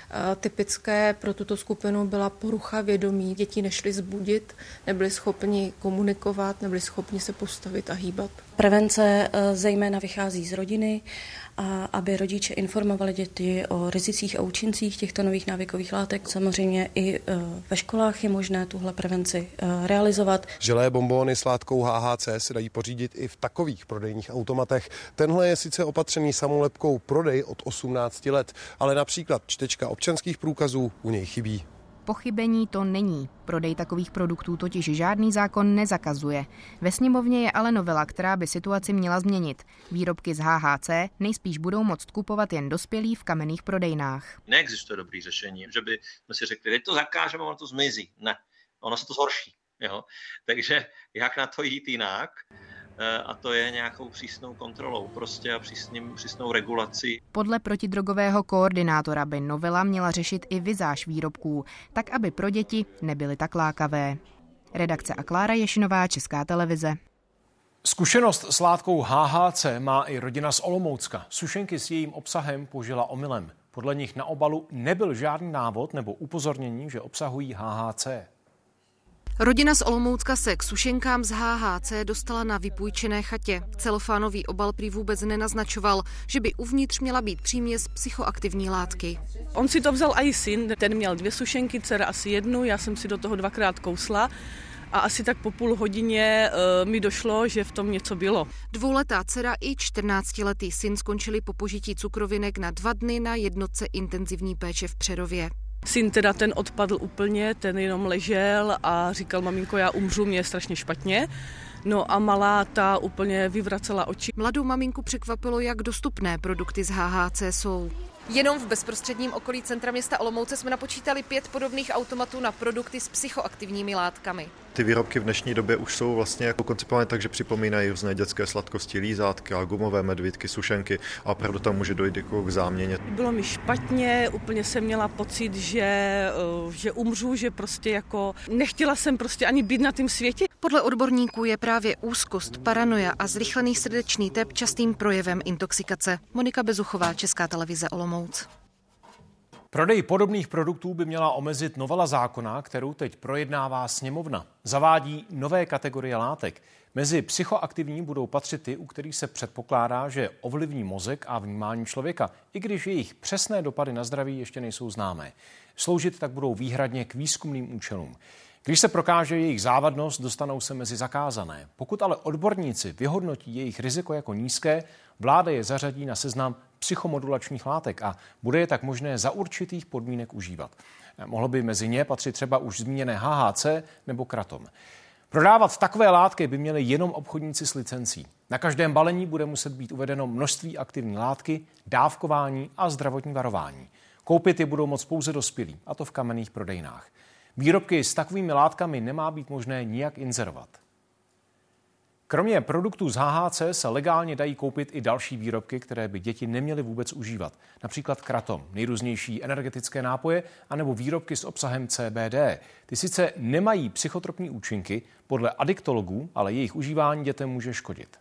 Speaker 17: Typické pro tuto skupinu byla porucha vědomí. Děti nešly zbudit, nebyli schopni komunikovat, nebyli schopni se postavit a hýbat.
Speaker 18: Prevence zejména vychází z rodiny, a aby rodiče informovali děti o rizicích a účincích těchto nových návykových látek. Samozřejmě i ve školách je možné tuhle prevenci realizovat.
Speaker 16: Želé bonbóny s látkou HHC se dají pořídit i v takových prodejních automatech. Tenhle je sice opatřený samolepkou prodej od 18 let, ale například čtečka občanských průkazů u něj chybí.
Speaker 13: Pochybení to není. Prodej takových produktů totiž žádný zákon nezakazuje. Ve sněmovně je ale novela, která by situaci měla změnit. Výrobky z HHC nejspíš budou moct kupovat jen dospělí v kamenných prodejnách.
Speaker 19: Neexistuje dobrý řešení, že by si řekli, teď to zakážeme, ono to zmizí. Ne, ono se to zhorší. Jo? Takže jak na to jít jinak? A to je nějakou přísnou kontrolou prostě a přísnou regulací.
Speaker 13: Podle protidrogového koordinátora by novela měla řešit i vizáž výrobků, tak aby pro děti nebyly tak lákavé. Redakce a Klára Ješinová, Česká televize.
Speaker 3: Zkušenost s látkou HHC má i rodina z Olomoucka. Sušenky s jejím obsahem použila omylem. Podle nich na obalu nebyl žádný návod nebo upozornění, že obsahují HHC.
Speaker 13: Rodina z Olomoucka se k sušenkám z HHC dostala na vypůjčené chatě. Celofánový obal prý vůbec nenaznačoval, že by uvnitř měla být příměs psychoaktivní látky.
Speaker 20: On si to vzal i syn, ten měl 2 sušenky, dcera asi 1, já jsem si do toho 2krát kousla. A asi tak po půl hodině mi došlo, že v tom něco bylo.
Speaker 13: 2letá dcera i 14letý syn skončili po požití cukrovinek na 2 dny na jednotce intenzivní péče v Přerově.
Speaker 20: Syn teda ten odpadl úplně, ten jenom ležel a říkal, maminko, já umřu, mě je strašně špatně. No a malá ta úplně vyvracela oči.
Speaker 13: Mladou maminku překvapilo, jak dostupné produkty z HHC jsou. Jenom v bezprostředním okolí centra města Olomouce jsme napočítali 5 podobných automatů na produkty s psychoaktivními látkami.
Speaker 21: Ty výrobky v dnešní době už jsou vlastně jako koncipované tak, že připomínají různé dětské sladkosti, lízátka, gumové medvídky, sušenky a opravdu tam může dojít jako k záměně.
Speaker 20: Bylo mi špatně, úplně jsem měla pocit, že umřu, že prostě jako nechtěla jsem prostě ani být na tom světě.
Speaker 13: Podle odborníků je právě úzkost, paranoia a zrychlený srdeční tep častým projevem intoxikace. Monika Bezuchová, Česká televize Olomouc.
Speaker 3: Prodej podobných produktů by měla omezit novela zákona, kterou teď projednává sněmovna. Zavádí nové kategorie látek. Mezi psychoaktivní budou patřit ty, u kterých se předpokládá, že ovlivní mozek a vnímání člověka, i když jejich přesné dopady na zdraví ještě nejsou známé. Sloužit tak budou výhradně k výzkumným účelům. Když se prokáže jejich závadnost, dostanou se mezi zakázané. Pokud ale odborníci vyhodnotí jejich riziko jako nízké, vláda je zařadí na seznam psychomodulačních látek a bude je tak možné za určitých podmínek užívat. Mohlo by mezi ně patřit třeba už zmíněné HHC nebo kratom. Prodávat takové látky by měli jenom obchodníci s licencí. Na každém balení bude muset být uvedeno množství aktivní látky, dávkování a zdravotní varování. Koupit je budou moct pouze dospělí, a to v kamenných prodejnách. Výrobky s takovými látkami nemá být možné nijak inzerovat. Kromě produktů z HHC se legálně dají koupit i další výrobky, které by děti neměly vůbec užívat. Například kratom, nejrůznější energetické nápoje anebo výrobky s obsahem CBD. Ty sice nemají psychotropní účinky, podle adiktologů, ale jejich užívání dětem může škodit.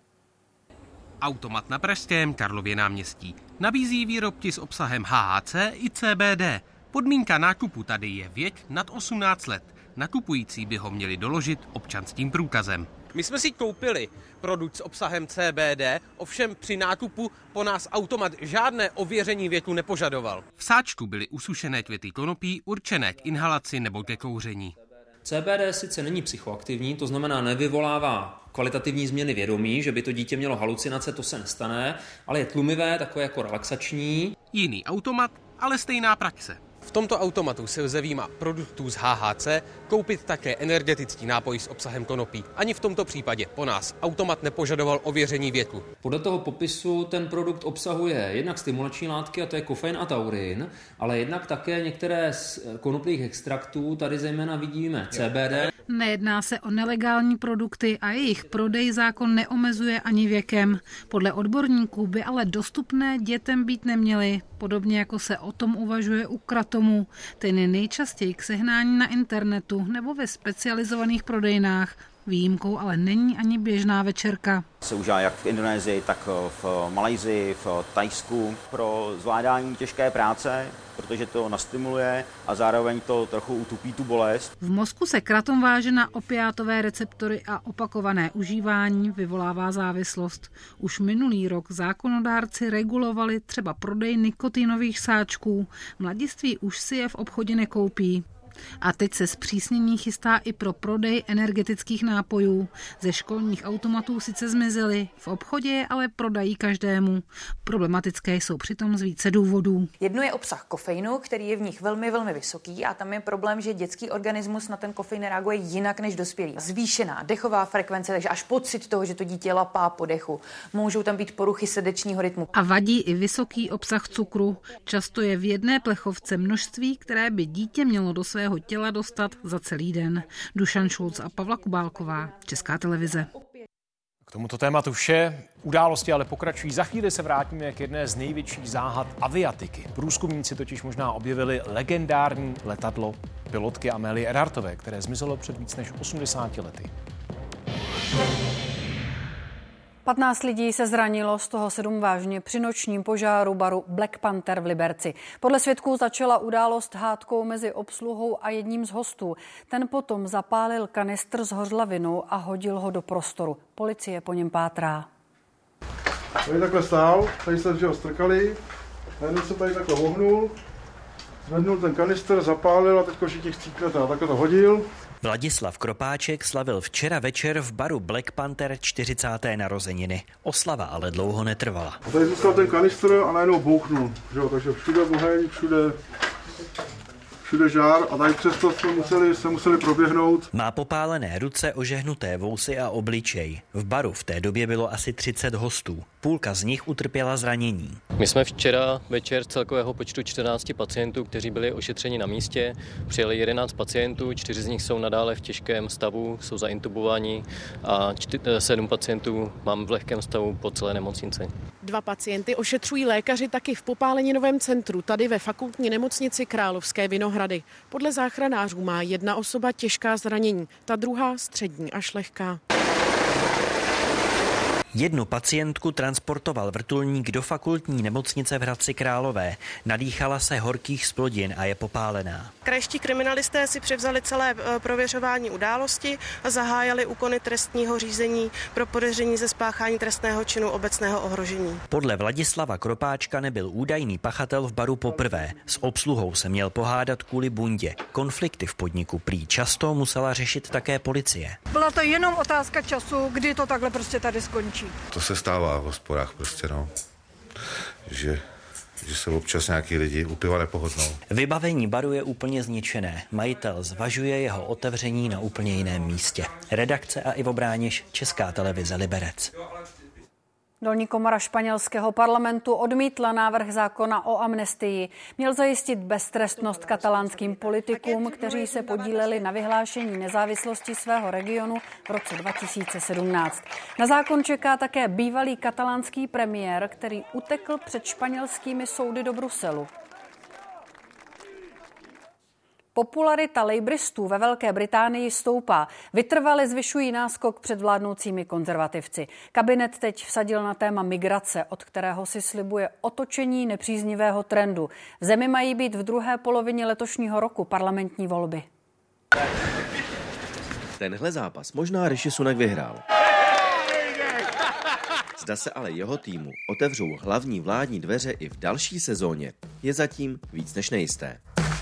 Speaker 4: Automat na pražském Karlově náměstí nabízí výrobky s obsahem HHC i CBD. Podmínka nákupu tady je věk nad 18 let. Nakupující by ho měli doložit občanským průkazem.
Speaker 6: My jsme si koupili produkt s obsahem CBD, ovšem při nákupu po nás automat žádné ověření věku nepožadoval.
Speaker 4: V sáčku byly usušené květy konopí určené k inhalaci nebo ke kouření.
Speaker 8: CBD sice není psychoaktivní, to znamená nevyvolává kvalitativní změny vědomí, že by to dítě mělo halucinace, to se nestane, ale je tlumivé, takové jako relaxační.
Speaker 4: Jiný automat, ale stejná praxe.
Speaker 6: V tomto automatu se lze vyjma produktů z HHC koupit také energetický nápoj s obsahem konopí. Ani v tomto případě po nás automat nepožadoval ověření věku.
Speaker 8: Podle toho popisu ten produkt obsahuje jednak stimulační látky, a to je kofein a taurin, ale jednak také některé z konopných extraktů, tady zejména vidíme CBD.
Speaker 9: Nejedná se o nelegální produkty a jejich prodej zákon neomezuje ani věkem. Podle odborníků by ale dostupné dětem být neměly, podobně jako se o tom uvažuje u kratomu. Ten je nejčastěji k sehnání na internetu nebo ve specializovaných prodejnách. Výjimkou ale není ani běžná večerka.
Speaker 22: Se užívá jak v Indonésii, tak v Malajsii, v Thajsku pro zvládání těžké práce, protože to nastimuluje a zároveň to trochu utupí tu bolest.
Speaker 9: V mozku se kratom váže na opiátové receptory a opakované užívání vyvolává závislost. Už minulý rok zákonodárci regulovali třeba prodej nikotinových sáčků. Mladiství už si je v obchodě nekoupí. A teď se zpřísnění chystá i pro prodej energetických nápojů. Ze školních automatů sice zmizely, v obchodě je ale prodají každému. Problematické jsou přitom z více důvodů.
Speaker 23: Jedno je obsah kofeinu, který je v nich velmi, velmi vysoký, a tam je problém, že dětský organismus na ten kofein reaguje jinak než dospělý. Zvýšená dechová frekvence, takže až pocit toho, že to dítě lapá po dechu. Můžou tam být poruchy srdečního rytmu.
Speaker 9: A vadí i vysoký obsah cukru. Často je v jedné plechovce množství, které by dítě mělo do svého těla dostat za celý den. Dušan Šulc a Pavla Kubálková, Česká televize.
Speaker 3: K tomuto tématu vše. Události ale pokračují. Za chvíli se vrátíme k jedné z největších záhad aviatiky. Průzkumníci totiž možná objevili legendární letadlo pilotky Amélie Earhartové, které zmizelo před víc než 80 lety.
Speaker 2: 15 lidí se zranilo, z toho 7 vážně při nočním požáru baru Black Panther v Liberci. Podle svědků začala událost hádkou mezi obsluhou a jedním z hostů. Ten potom zapálil kanistr s hořlavinou a hodil ho do prostoru. Policie po něm pátrá.
Speaker 24: Tady takhle stál, tady se ho strkali, najednou se tady takhle ohnul, zvednul ten kanistr, zapálil a teď všichni chcípnete a takhle to hodil.
Speaker 26: Vladislav Kropáček slavil včera večer v baru Black Panther 40. narozeniny. Oslava ale dlouho netrvala.
Speaker 24: A tady zůstal ten kanistr a najednou bouchnul, takže všude oheň, všude žár a tady přesto se museli proběhnout.
Speaker 26: Má popálené ruce, ožehnuté vousy a obličej. V baru v té době bylo asi 30 hostů. Půlka z nich utrpěla zranění.
Speaker 27: My jsme včera večer celkového počtu 14 pacientů, kteří byli ošetřeni na místě. Přijeli 11 pacientů, 4 z nich jsou nadále v těžkém stavu, jsou zaintubováni a 7 pacientů mám v lehkém stavu po celé nemocnici.
Speaker 30: 2 pacienty ošetřují lékaři taky v popáleninovém centru, tady ve fakultní nemocnici Královské Vinohrady. Podle záchranářů má jedna osoba těžká zranění, ta druhá střední až lehká.
Speaker 26: Jednu pacientku transportoval vrtulník do fakultní nemocnice v Hradci Králové. Nadýchala se horkých splodin a je popálená.
Speaker 31: Krajští kriminalisté si převzali celé prověřování události a zahájili úkony trestního řízení pro podezření ze spáchání trestného činu obecného ohrožení.
Speaker 26: Podle Vladislava Kropáčka nebyl údajný pachatel v baru poprvé. S obsluhou se měl pohádat kvůli bundě. Konflikty v podniku prý často musela řešit také policie.
Speaker 32: Byla to jenom otázka času, kdy to takhle prostě tady skončí.
Speaker 33: To se stává v hospodách prostě, no. Že
Speaker 1: že se občas nějaký lidi u piva nepohodnou.
Speaker 26: Vybavení baru je úplně zničené. Majitel zvažuje jeho otevření na úplně jiném místě. Redakce a Ivo Brániš, Česká televize Liberec.
Speaker 2: Dolní komora španělského parlamentu odmítla návrh zákona o amnestii. Měl zajistit beztrestnost katalánským politikům, kteří se podíleli na vyhlášení nezávislosti svého regionu v roce 2017. Na zákon čeká také bývalý katalánský premiér, který utekl před španělskými soudy do Bruselu. Popularita lejbristů ve Velké Británii stoupá. Vytrvale zvyšují náskok před vládnoucími konzervativci. Kabinet teď vsadil na téma migrace, od kterého si slibuje otočení nepříznivého trendu. V zemi mají být v druhé polovině letošního roku parlamentní volby.
Speaker 5: Tenhle zápas možná Rishi Sunak vyhrál. Zda se ale jeho týmu otevřou hlavní vládní dveře i v další sezóně, je zatím víc než nejisté.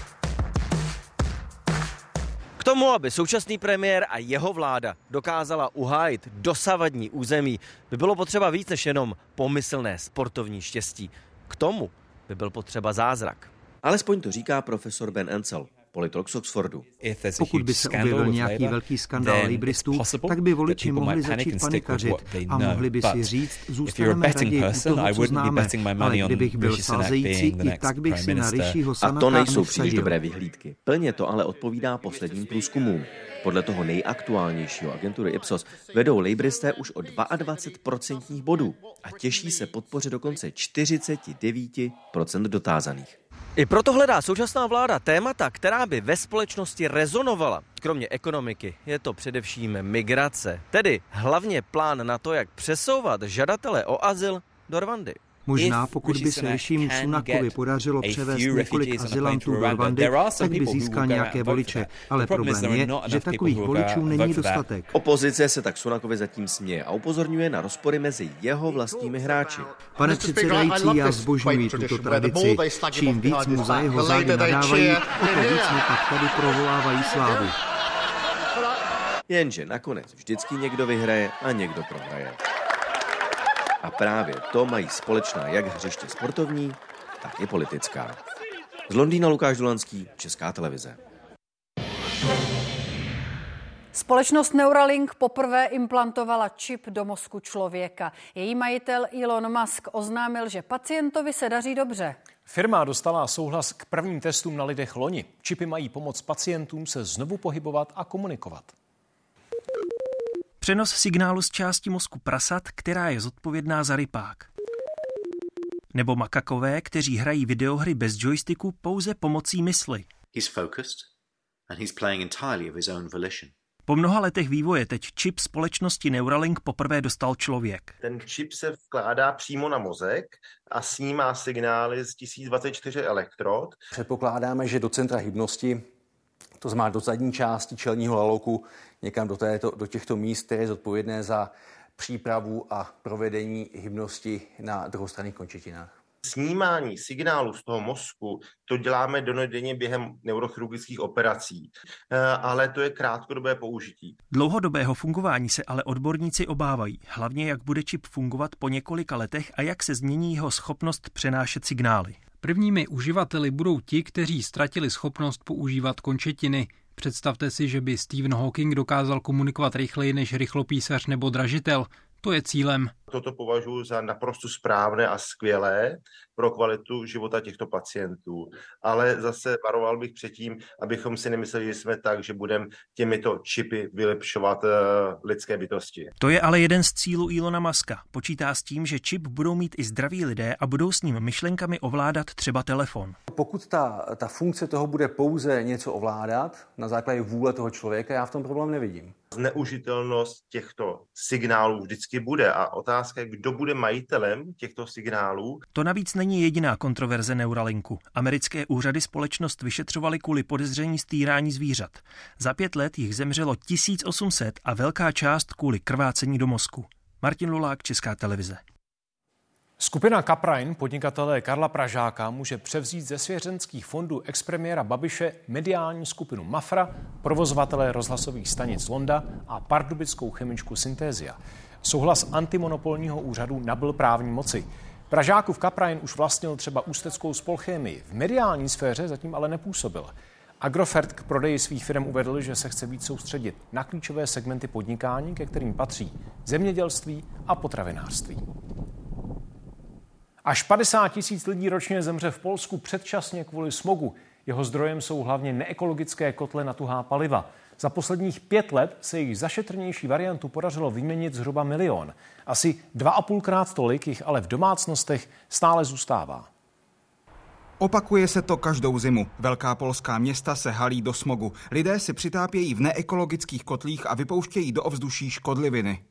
Speaker 5: K tomu, aby současný premiér a jeho vláda dokázala uhájit dosavadní území, by bylo potřeba víc než jenom pomyslné sportovní štěstí. K tomu by byl potřeba zázrak. Alespoň to říká profesor Ben Ansel, politolog z Oxfordu.
Speaker 7: Pokud by se objevil nějaký velký skandál lejbristů, tak by voliči mohli začít panikařit a mohli by si říct, zůstaneme raději u toho, co známe, ale kdybych byl sázející, i tak bych si na Rishiho Sunaka
Speaker 5: a to nejsou příliš dobré vyhlídky. Plně to ale odpovídá posledním průzkumům. Podle toho nejaktuálnějšího agentury Ipsos vedou lejbristé už o 22% bodů a těší se podpoře dokonce 49% dotázaných. I proto hledá současná vláda témata, která by ve společnosti rezonovala. Kromě ekonomiky je to především migrace, tedy hlavně plán na to, jak přesouvat žadatele o azyl do Rwandy.
Speaker 7: Možná pokud by se Rishimu Sunakovi podařilo převést několik azylantů do Rwandy, tak by získal nějaké voliče. Ale problém je, že takových voličů není dostatek.
Speaker 5: Opozice se tak Sunakovi zatím směje a upozorňuje na rozpory mezi jeho vlastními hráči.
Speaker 7: Pane předsedající, já zbožňuji tuto tradici. Čím víc mu za jeho zády nadávají, o to víc mu pak tady provolávají slávu.
Speaker 5: Jenže nakonec vždycky někdo vyhraje a někdo prohraje. A právě to mají společná jak hřiště sportovní, tak i politická. Z Londýna Lukáš Dulanský, Česká televize.
Speaker 2: Společnost Neuralink poprvé implantovala čip do mozku člověka. Její majitel Elon Musk oznámil, že pacientovi se daří dobře.
Speaker 3: Firma dostala souhlas k prvním testům na lidech loni. Čipy mají pomoct pacientům se znovu pohybovat a komunikovat.
Speaker 10: Přenos signálu z části mozku prasat, která je zodpovědná za rypák. Nebo makakové, kteří hrají videohry bez joysticku pouze pomocí mysli. Po mnoha letech vývoje teď čip společnosti Neuralink poprvé dostal člověk.
Speaker 11: Ten čip se vkládá přímo na mozek a snímá signály z 1024 elektrod.
Speaker 12: Předpokládáme, že do centra hybnosti, to znamená do zadní části čelního laloku, někam do těchto míst, které je zodpovědné za přípravu a provedení hybnosti na druhostranných končetinách.
Speaker 11: Snímání signálu z toho mozku to děláme dennodenně během neurochirurgických operací, ale to je krátkodobé použití.
Speaker 10: Dlouhodobého fungování se ale odborníci obávají, hlavně jak bude čip fungovat po několika letech a jak se změní jeho schopnost přenášet signály.
Speaker 14: Prvními uživateli budou ti, kteří ztratili schopnost používat končetiny. Představte si, že by Stephen Hawking dokázal komunikovat rychleji než rychlopísař nebo dražitel. To je cílem.
Speaker 11: Toto považuji za naprosto správné a skvělé pro kvalitu života těchto pacientů. Ale zase varoval bych předtím, abychom si nemysleli, že jsme tak, že budeme těmito čipy vylepšovat lidské bytosti.
Speaker 10: To je ale jeden z cílů Elona Muska. Počítá s tím, že čip budou mít i zdraví lidé a budou s ním myšlenkami ovládat třeba telefon.
Speaker 12: Pokud ta funkce toho bude pouze něco ovládat na základě vůle toho člověka, já v tom problém nevidím.
Speaker 11: Zneužitelnost těchto signálů vždycky bude a otázka je, kdo bude majitelem těchto signálů.
Speaker 10: To navíc není jediná kontroverze Neuralinku. Americké úřady společnost vyšetřovaly kvůli podezření z týrání zvířat. Za 5 let jich zemřelo 1800 a velká část kvůli krvácení do mozku. Martin Lulák, Česká televize.
Speaker 3: Skupina Kaprine podnikatele Karla Pražáka může převzít ze svěřenských fondů expremiéra Babiše mediální skupinu Mafra, provozovatele rozhlasových stanic Londa a pardubickou chemičku Synthesia. Souhlas antimonopolního úřadu nabyl právní moci. Pražákův Kaprain už vlastnil třeba ústeckou Spolchemii. V mediální sféře zatím ale nepůsobil. Agrofert k prodeji svých firm uvedl, že se chce víc soustředit na klíčové segmenty podnikání, ke kterým patří zemědělství a potravinářství. Až 50 000 lidí ročně zemře v Polsku předčasně kvůli smogu. Jeho zdrojem jsou hlavně neekologické kotle na tuhá paliva. Za posledních 5 let se jich za šetrnější variantu podařilo vyměnit zhruba 1 000 000. Asi 2,5krát tolik jich ale v domácnostech stále zůstává.
Speaker 4: Opakuje se to každou zimu. Velká polská města se halí do smogu. Lidé si přitápějí v neekologických kotlích a vypouštějí do ovzduší škodliviny.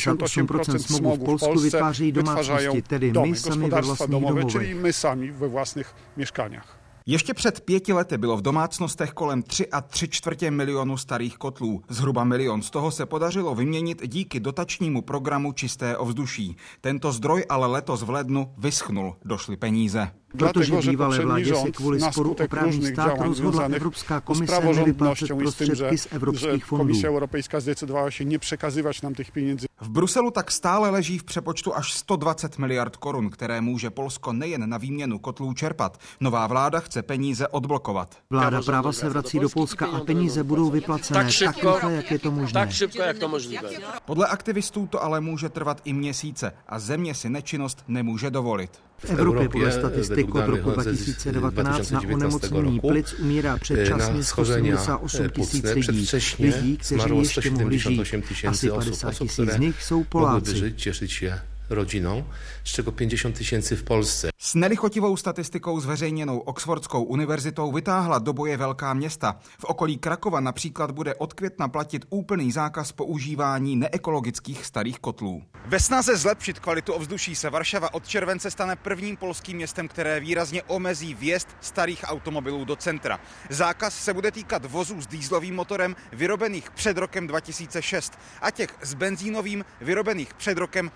Speaker 13: 78% smogu v Polsku vytvářejí domácnosti, tedy my sami ve vlastních domovech. Czyli my sami ve vlastních mieszkaniach.
Speaker 4: Ještě před 5 lety bylo v domácnostech kolem 3,75 milionu starých kotlů. Zhruba 1 milion z toho se podařilo vyměnit díky dotačnímu programu Čisté ovzduší. Tento zdroj ale letos v lednu vyschnul, došly peníze.
Speaker 13: Protože bývalé vládě se kvůli sporu o právní stát rozhodla Evropská komise nevyplácet prostředky z evropských fondů. Komisja Europejská zdecydovala się nie przekazywać nam tych pieniędzy.
Speaker 4: V Bruselu tak stále leží v přepočtu až 120 miliard korun, které může Polsko nejen na výměnu kotlů čerpat. Nová vláda chce peníze odblokovat.
Speaker 7: Vláda práva se vrací do Polska a peníze budou vyplacené tak rychle, jak je to možné.
Speaker 13: Tak šybko, jak to možné.
Speaker 4: Podle aktivistů to ale může trvat i měsíce a země si nečinnost nemůže dovolit.
Speaker 7: V Evropě podle statistik od roku 2019 na onemocnění plic umírá předčasně 178 000 lidí, kteří ještě mohli žít. Asi 50 000 z nich jsou Poláci.
Speaker 15: Rodinou, z czego 50 000 v Polsce.
Speaker 4: S nelichotivou statistikou zveřejněnou Oxfordskou univerzitou vytáhla do boje velká města. V okolí Krakova například bude od května platit úplný zákaz používání neekologických starých kotlů. Ve snaze zlepšit kvalitu ovzduší se Varšava od července stane prvním polským městem, které výrazně omezí vjezd starých automobilů do centra. Zákaz se bude týkat vozů s dieselovým motorem vyrobených před rokem 2006 a těch s benzínovým vyrobených před rokem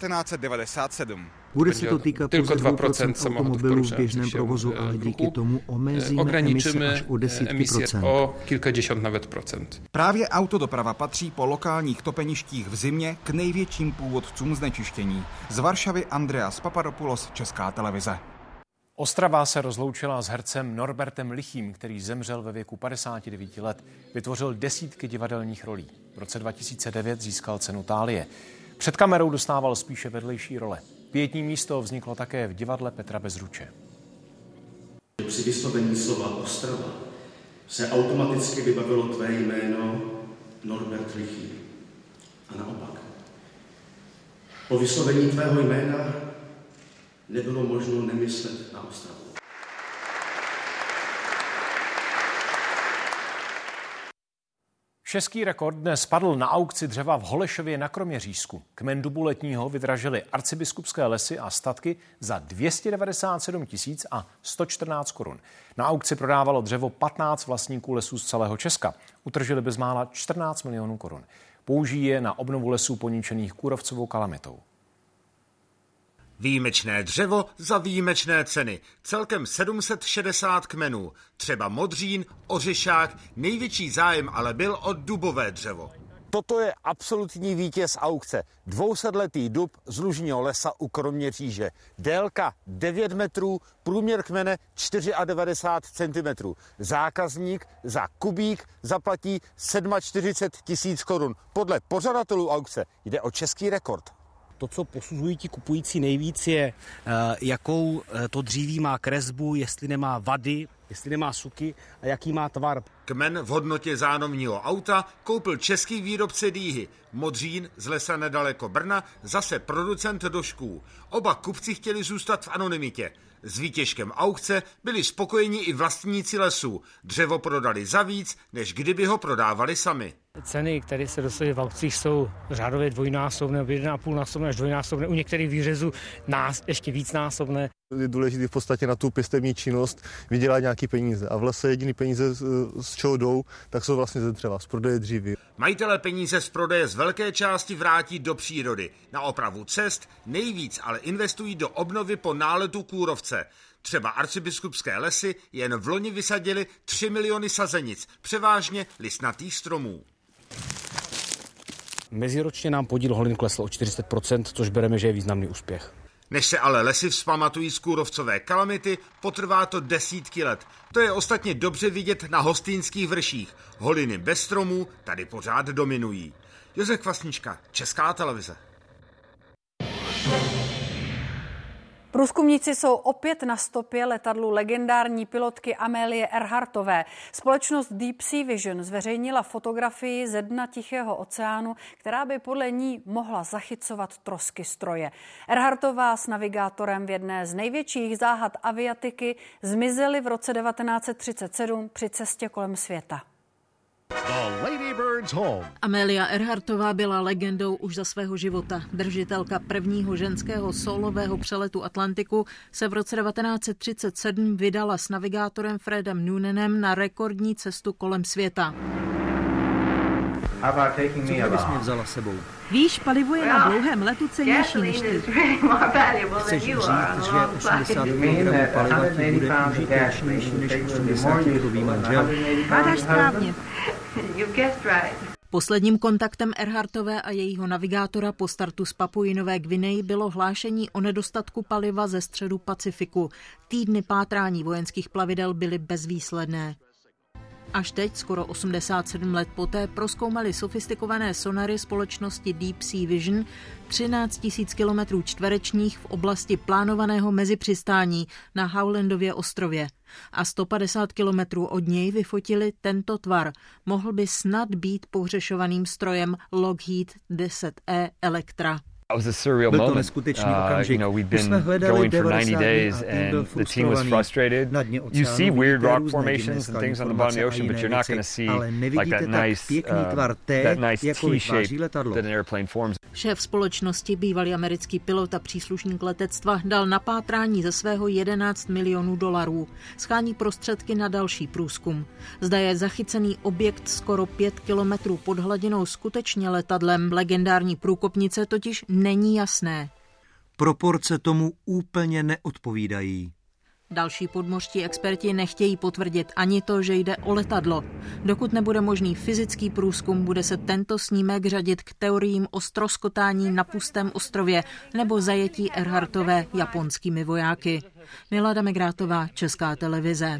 Speaker 4: 1997.
Speaker 7: Bude se to týkat pouze 2% automobilů v běžném provozu, ale díky tomu omezíme emise až o 10%.
Speaker 15: O kilkadziesiąt nawet procent.
Speaker 4: Právě autodoprava patří po lokálních topeništích v zimě k největším původcům znečištění. Z Varšavy Andreas Papadopoulos, Česká televize.
Speaker 3: Ostrava se rozloučila s hercem Norbertem Lichým, který zemřel ve věku 59 let. Vytvořil desítky divadelních rolí. V roce 2009 získal cenu Thálie. Před kamerou dostával spíše vedlejší role. Pietní místo vzniklo také v divadle Petra Bezruče.
Speaker 16: Při vyslovení slova Ostrava se automaticky vybavilo tvé jméno Norbert Lichý. A naopak. Po vyslovení tvého jména nebylo možno nemyslet na Ostravu.
Speaker 3: Český rekord dnes padl na aukci dřeva v Holešově na Kroměřížsku. Kmen dubu letního vydražili Arcibiskupské lesy a statky za 297 114 korun. Na aukci prodávalo dřevo 15 vlastníků lesů z celého Česka. Utržili bezmála 14 milionů korun. Použijí je na obnovu lesů poničených kůrovcovou kalamitou.
Speaker 17: Výjimečné dřevo za výjimečné ceny. Celkem 760 kmenů. Třeba modřín, ořešák, největší zájem ale byl o dubové dřevo.
Speaker 18: Toto je absolutní vítěz aukce. 200letý dub z lužního lesa u Kroměříže. Délka 9 metrů, průměr kmene 94 cm. Zákazník za kubík zaplatí 47 000 korun. Podle pořadatelů aukce jde o český rekord.
Speaker 19: To, co posuzují ti kupující nejvíc, je, jakou to dříví má kresbu, jestli nemá vady, jestli nemá suky a jaký má tvar.
Speaker 17: Kmen v hodnotě zánovního auta koupil český výrobce dýhy. Modřín z lesa nedaleko Brna, zase producent došků. Oba kupci chtěli zůstat v anonymitě. S výtěžkem aukce byli spokojeni i vlastníci lesů. Dřevo prodali za víc, než kdyby ho prodávali sami.
Speaker 19: Ceny, které se dostaly v aukcích, jsou řádově dvojnásobné, 1,5násobné až dvojnásobné, u některých výřezů ještě vícnásobné.
Speaker 20: Je důležité v podstatě na tu pěstební činnost vydělat nějaký peníze. A v lese jediný peníze, z čeho jdou, tak jsou vlastně ze dřeva, z prodeje dřívy.
Speaker 17: Majitelé peníze z prodeje z velké části vrátí do přírody. Na opravu cest nejvíc ale investují do obnovy po náletu kůrovce. Třeba Arcibiskupské lesy jen v loni vysadili 3 miliony sazenic, převážně listnatých stromů.
Speaker 19: Meziročně nám podíl holin klesl o 40%, což bereme, že je významný úspěch.
Speaker 17: Než se ale lesy vzpamatují z kůrovcové kalamity, potrvá to desítky let. To je ostatně dobře vidět na Hostýnských vrších. Holiny bez stromů tady pořád dominují. Josef Kvasnička, Česká televize.
Speaker 2: Průzkumníci jsou opět na stopě letadlu legendární pilotky Amélie Earhartové. Společnost Deep Sea Vision zveřejnila fotografii ze dna Tichého oceánu, která by podle ní mohla zachycovat trosky stroje. Earhartová s navigátorem v jedné z největších záhad aviatiky zmizely v roce 1937 při cestě kolem světa.
Speaker 6: Amélia Earhartová byla legendou už za svého života. Držitelka prvního ženského solového přeletu Atlantiku se v roce 1937 vydala s navigátorem Fredem Noonanem na rekordní cestu kolem světa.
Speaker 8: Co bys mě vzala sebou?
Speaker 6: Víš, palivo je na dlouhém letu cennější než ty.
Speaker 8: Chceš říct, že 80 kg paliva ti bude užitečnější než 80-kilový manžel?
Speaker 6: Hádáš správně. Posledním kontaktem Earhartové a jejího navigátora po startu z Papuinové Gvineji bylo hlášení o nedostatku paliva ze středu Pacifiku. Týdny pátrání vojenských plavidel byly bezvýsledné. Až teď, skoro 87 let poté, prozkoumali sofistikované sonary společnosti Deep Sea Vision 13 000 kilometrů čtverečních v oblasti plánovaného mezipřistání na Howlandově ostrově. A 150 kilometrů od něj vyfotili tento tvar. Mohl by snad být pohřešovaným strojem Lockheed 10E Electra.
Speaker 8: Byl to neskutečný okamžik. Už jsme hledali 90 dní a tým byl frustrovaný. Na dně oceánu vidíte různé dimenskalní formace a jiné věci, ale nevidíte tak pěkný tvar T, jako vytváří letadlo.
Speaker 6: Šéf společnosti, bývalý americký pilot a příslušník letectva, dal na pátrání ze svého $11 milionů. Schání prostředky na další průzkum. Zda je zachycený objekt skoro 5 kilometrů pod hladinou skutečně letadlem, legendární průkopnice totiž není jasné.
Speaker 7: Proporce tomu úplně neodpovídají.
Speaker 6: Další podmořští experti nechtějí potvrdit ani to, že jde o letadlo. Dokud nebude možný fyzický průzkum, bude se tento snímek řadit k teoriím o ztroskotání na pustém ostrově nebo zajetí Earhartové japonskými vojáky. Milada Megrátová, Česká televize.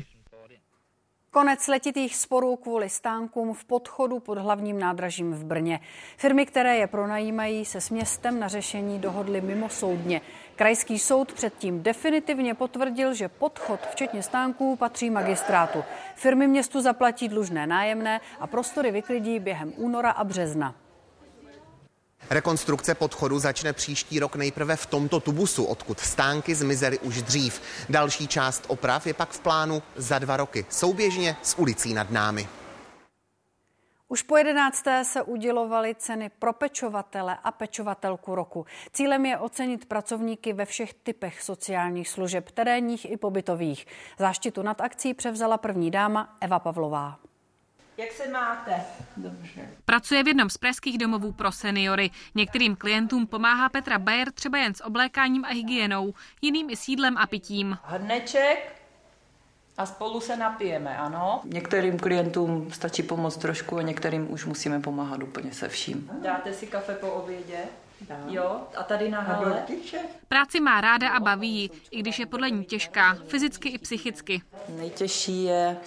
Speaker 2: Konec letitých sporů kvůli stánkům v Podchodu pod hlavním nádražím v Brně. Firmy, které je pronajímají, se s městem na řešení dohodly mimosoudně. Krajský soud předtím definitivně potvrdil, že Podchod, včetně stánků, patří magistrátu. Firmy městu zaplatí dlužné nájemné a prostory vyklidí během února a března.
Speaker 9: Rekonstrukce Podchodu začne příští rok nejprve v tomto tubusu, odkud stánky zmizely už dřív. Další část oprav je pak v plánu za 2 roky, souběžně s ulicí Nad námi.
Speaker 2: Už po 11. se udělovaly ceny pro pečovatele a pečovatelku roku. Cílem je ocenit pracovníky ve všech typech sociálních služeb, terénních i pobytových. Záštitu nad akcí převzala první dáma Eva Pavlová.
Speaker 21: Jak se máte? Dobře.
Speaker 22: Pracuje v jednom z pražských domovů pro seniory. Některým klientům pomáhá Petra Bayer třeba jen s oblékáním a hygienou, jiným i s jídlem a pitím.
Speaker 21: Hrneček a spolu se napijeme, ano? Některým klientům stačí pomoct trošku a některým už musíme pomáhat úplně se vším. Dáte si kafe po obědě? Dám. Jo, a tady na hale?
Speaker 22: Práci má ráda a baví ji, i když je podle ní těžká, fyzicky i psychicky.
Speaker 21: Nejtěžší je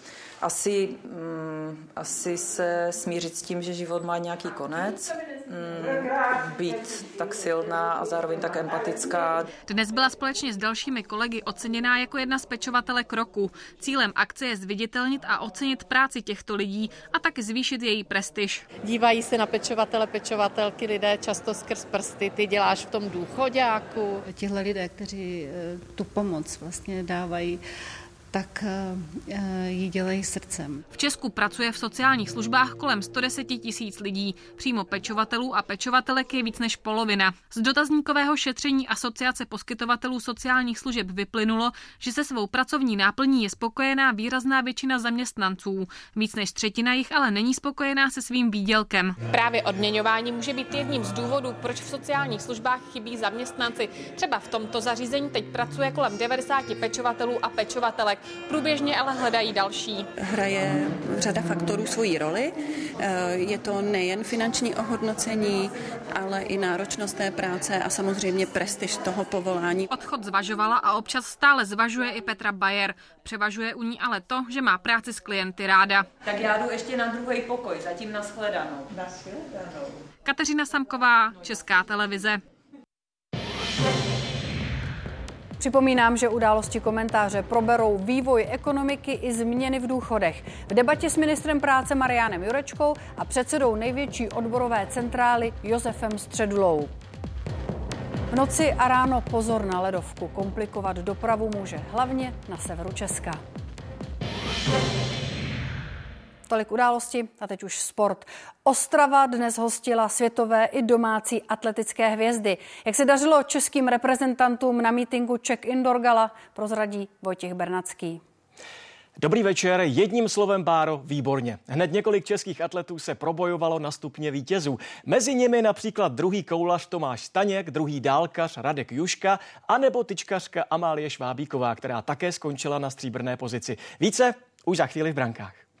Speaker 21: asi se smířit s tím, že život má nějaký konec, být tak silná a zároveň tak empatická.
Speaker 22: Dnes byla společně s dalšími kolegy oceněná jako jedna z pečovatelek roku. Cílem akce je zviditelnit a ocenit práci těchto lidí a tak zvýšit její prestiž.
Speaker 23: Dívají se na pečovatele, pečovatelky lidé často skrz prsty. Ty děláš v tom důchoďáku.
Speaker 24: Tihle lidé, kteří tu pomoc vlastně dávají, tak ji dělají srdcem.
Speaker 22: V Česku pracuje v sociálních službách kolem 110 000 lidí. Přímo pečovatelů a pečovatelek je víc než polovina. Z dotazníkového šetření Asociace poskytovatelů sociálních služeb vyplynulo, že se svou pracovní náplní je spokojená výrazná většina zaměstnanců. Víc než třetina jich ale není spokojená se svým výdělkem.
Speaker 23: Právě odměňování může být jedním z důvodů, proč v sociálních službách chybí zaměstnanci. Třeba v tomto zařízení teď pracuje kolem 90 pečovatelů a pečovatelek.
Speaker 22: Průběžně ale hledají další.
Speaker 1: Hraje řada faktorů svoji roli. Je to nejen finanční ohodnocení, ale i náročnost té práce a samozřejmě prestiž toho povolání.
Speaker 22: Odchod zvažovala a občas stále zvažuje i Petra Bayer. Převažuje u ní ale to, že má práci s klienty ráda.
Speaker 21: Tak já jdu ještě na druhý pokoj, zatím nashledanou.
Speaker 22: Kateřina Samková, Česká televize.
Speaker 2: Připomínám, že Události komentáře proberou vývoj ekonomiky i změny v důchodech. V debatě s ministrem práce Marianem Jurečkou a předsedou největší odborové centrály Josefem Středulou. V noci a ráno pozor na ledovku. Komplikovat dopravu může hlavně na severu Česka. Tolik Události a teď už sport. Ostrava dnes hostila světové i domácí atletické hvězdy. Jak se dařilo českým reprezentantům na mítinku Czech Indoor Gala, prozradí Vojtěch Bernacký.
Speaker 5: Dobrý večer, jedním slovem, Báro, výborně. Hned několik českých atletů se probojovalo na stupně vítězů. Mezi nimi například druhý koulař Tomáš Staněk, druhý dálkař Radek Juška anebo tyčkařka Amálie Švábíková, která také skončila na stříbrné pozici. Více už za chvíli v brankách.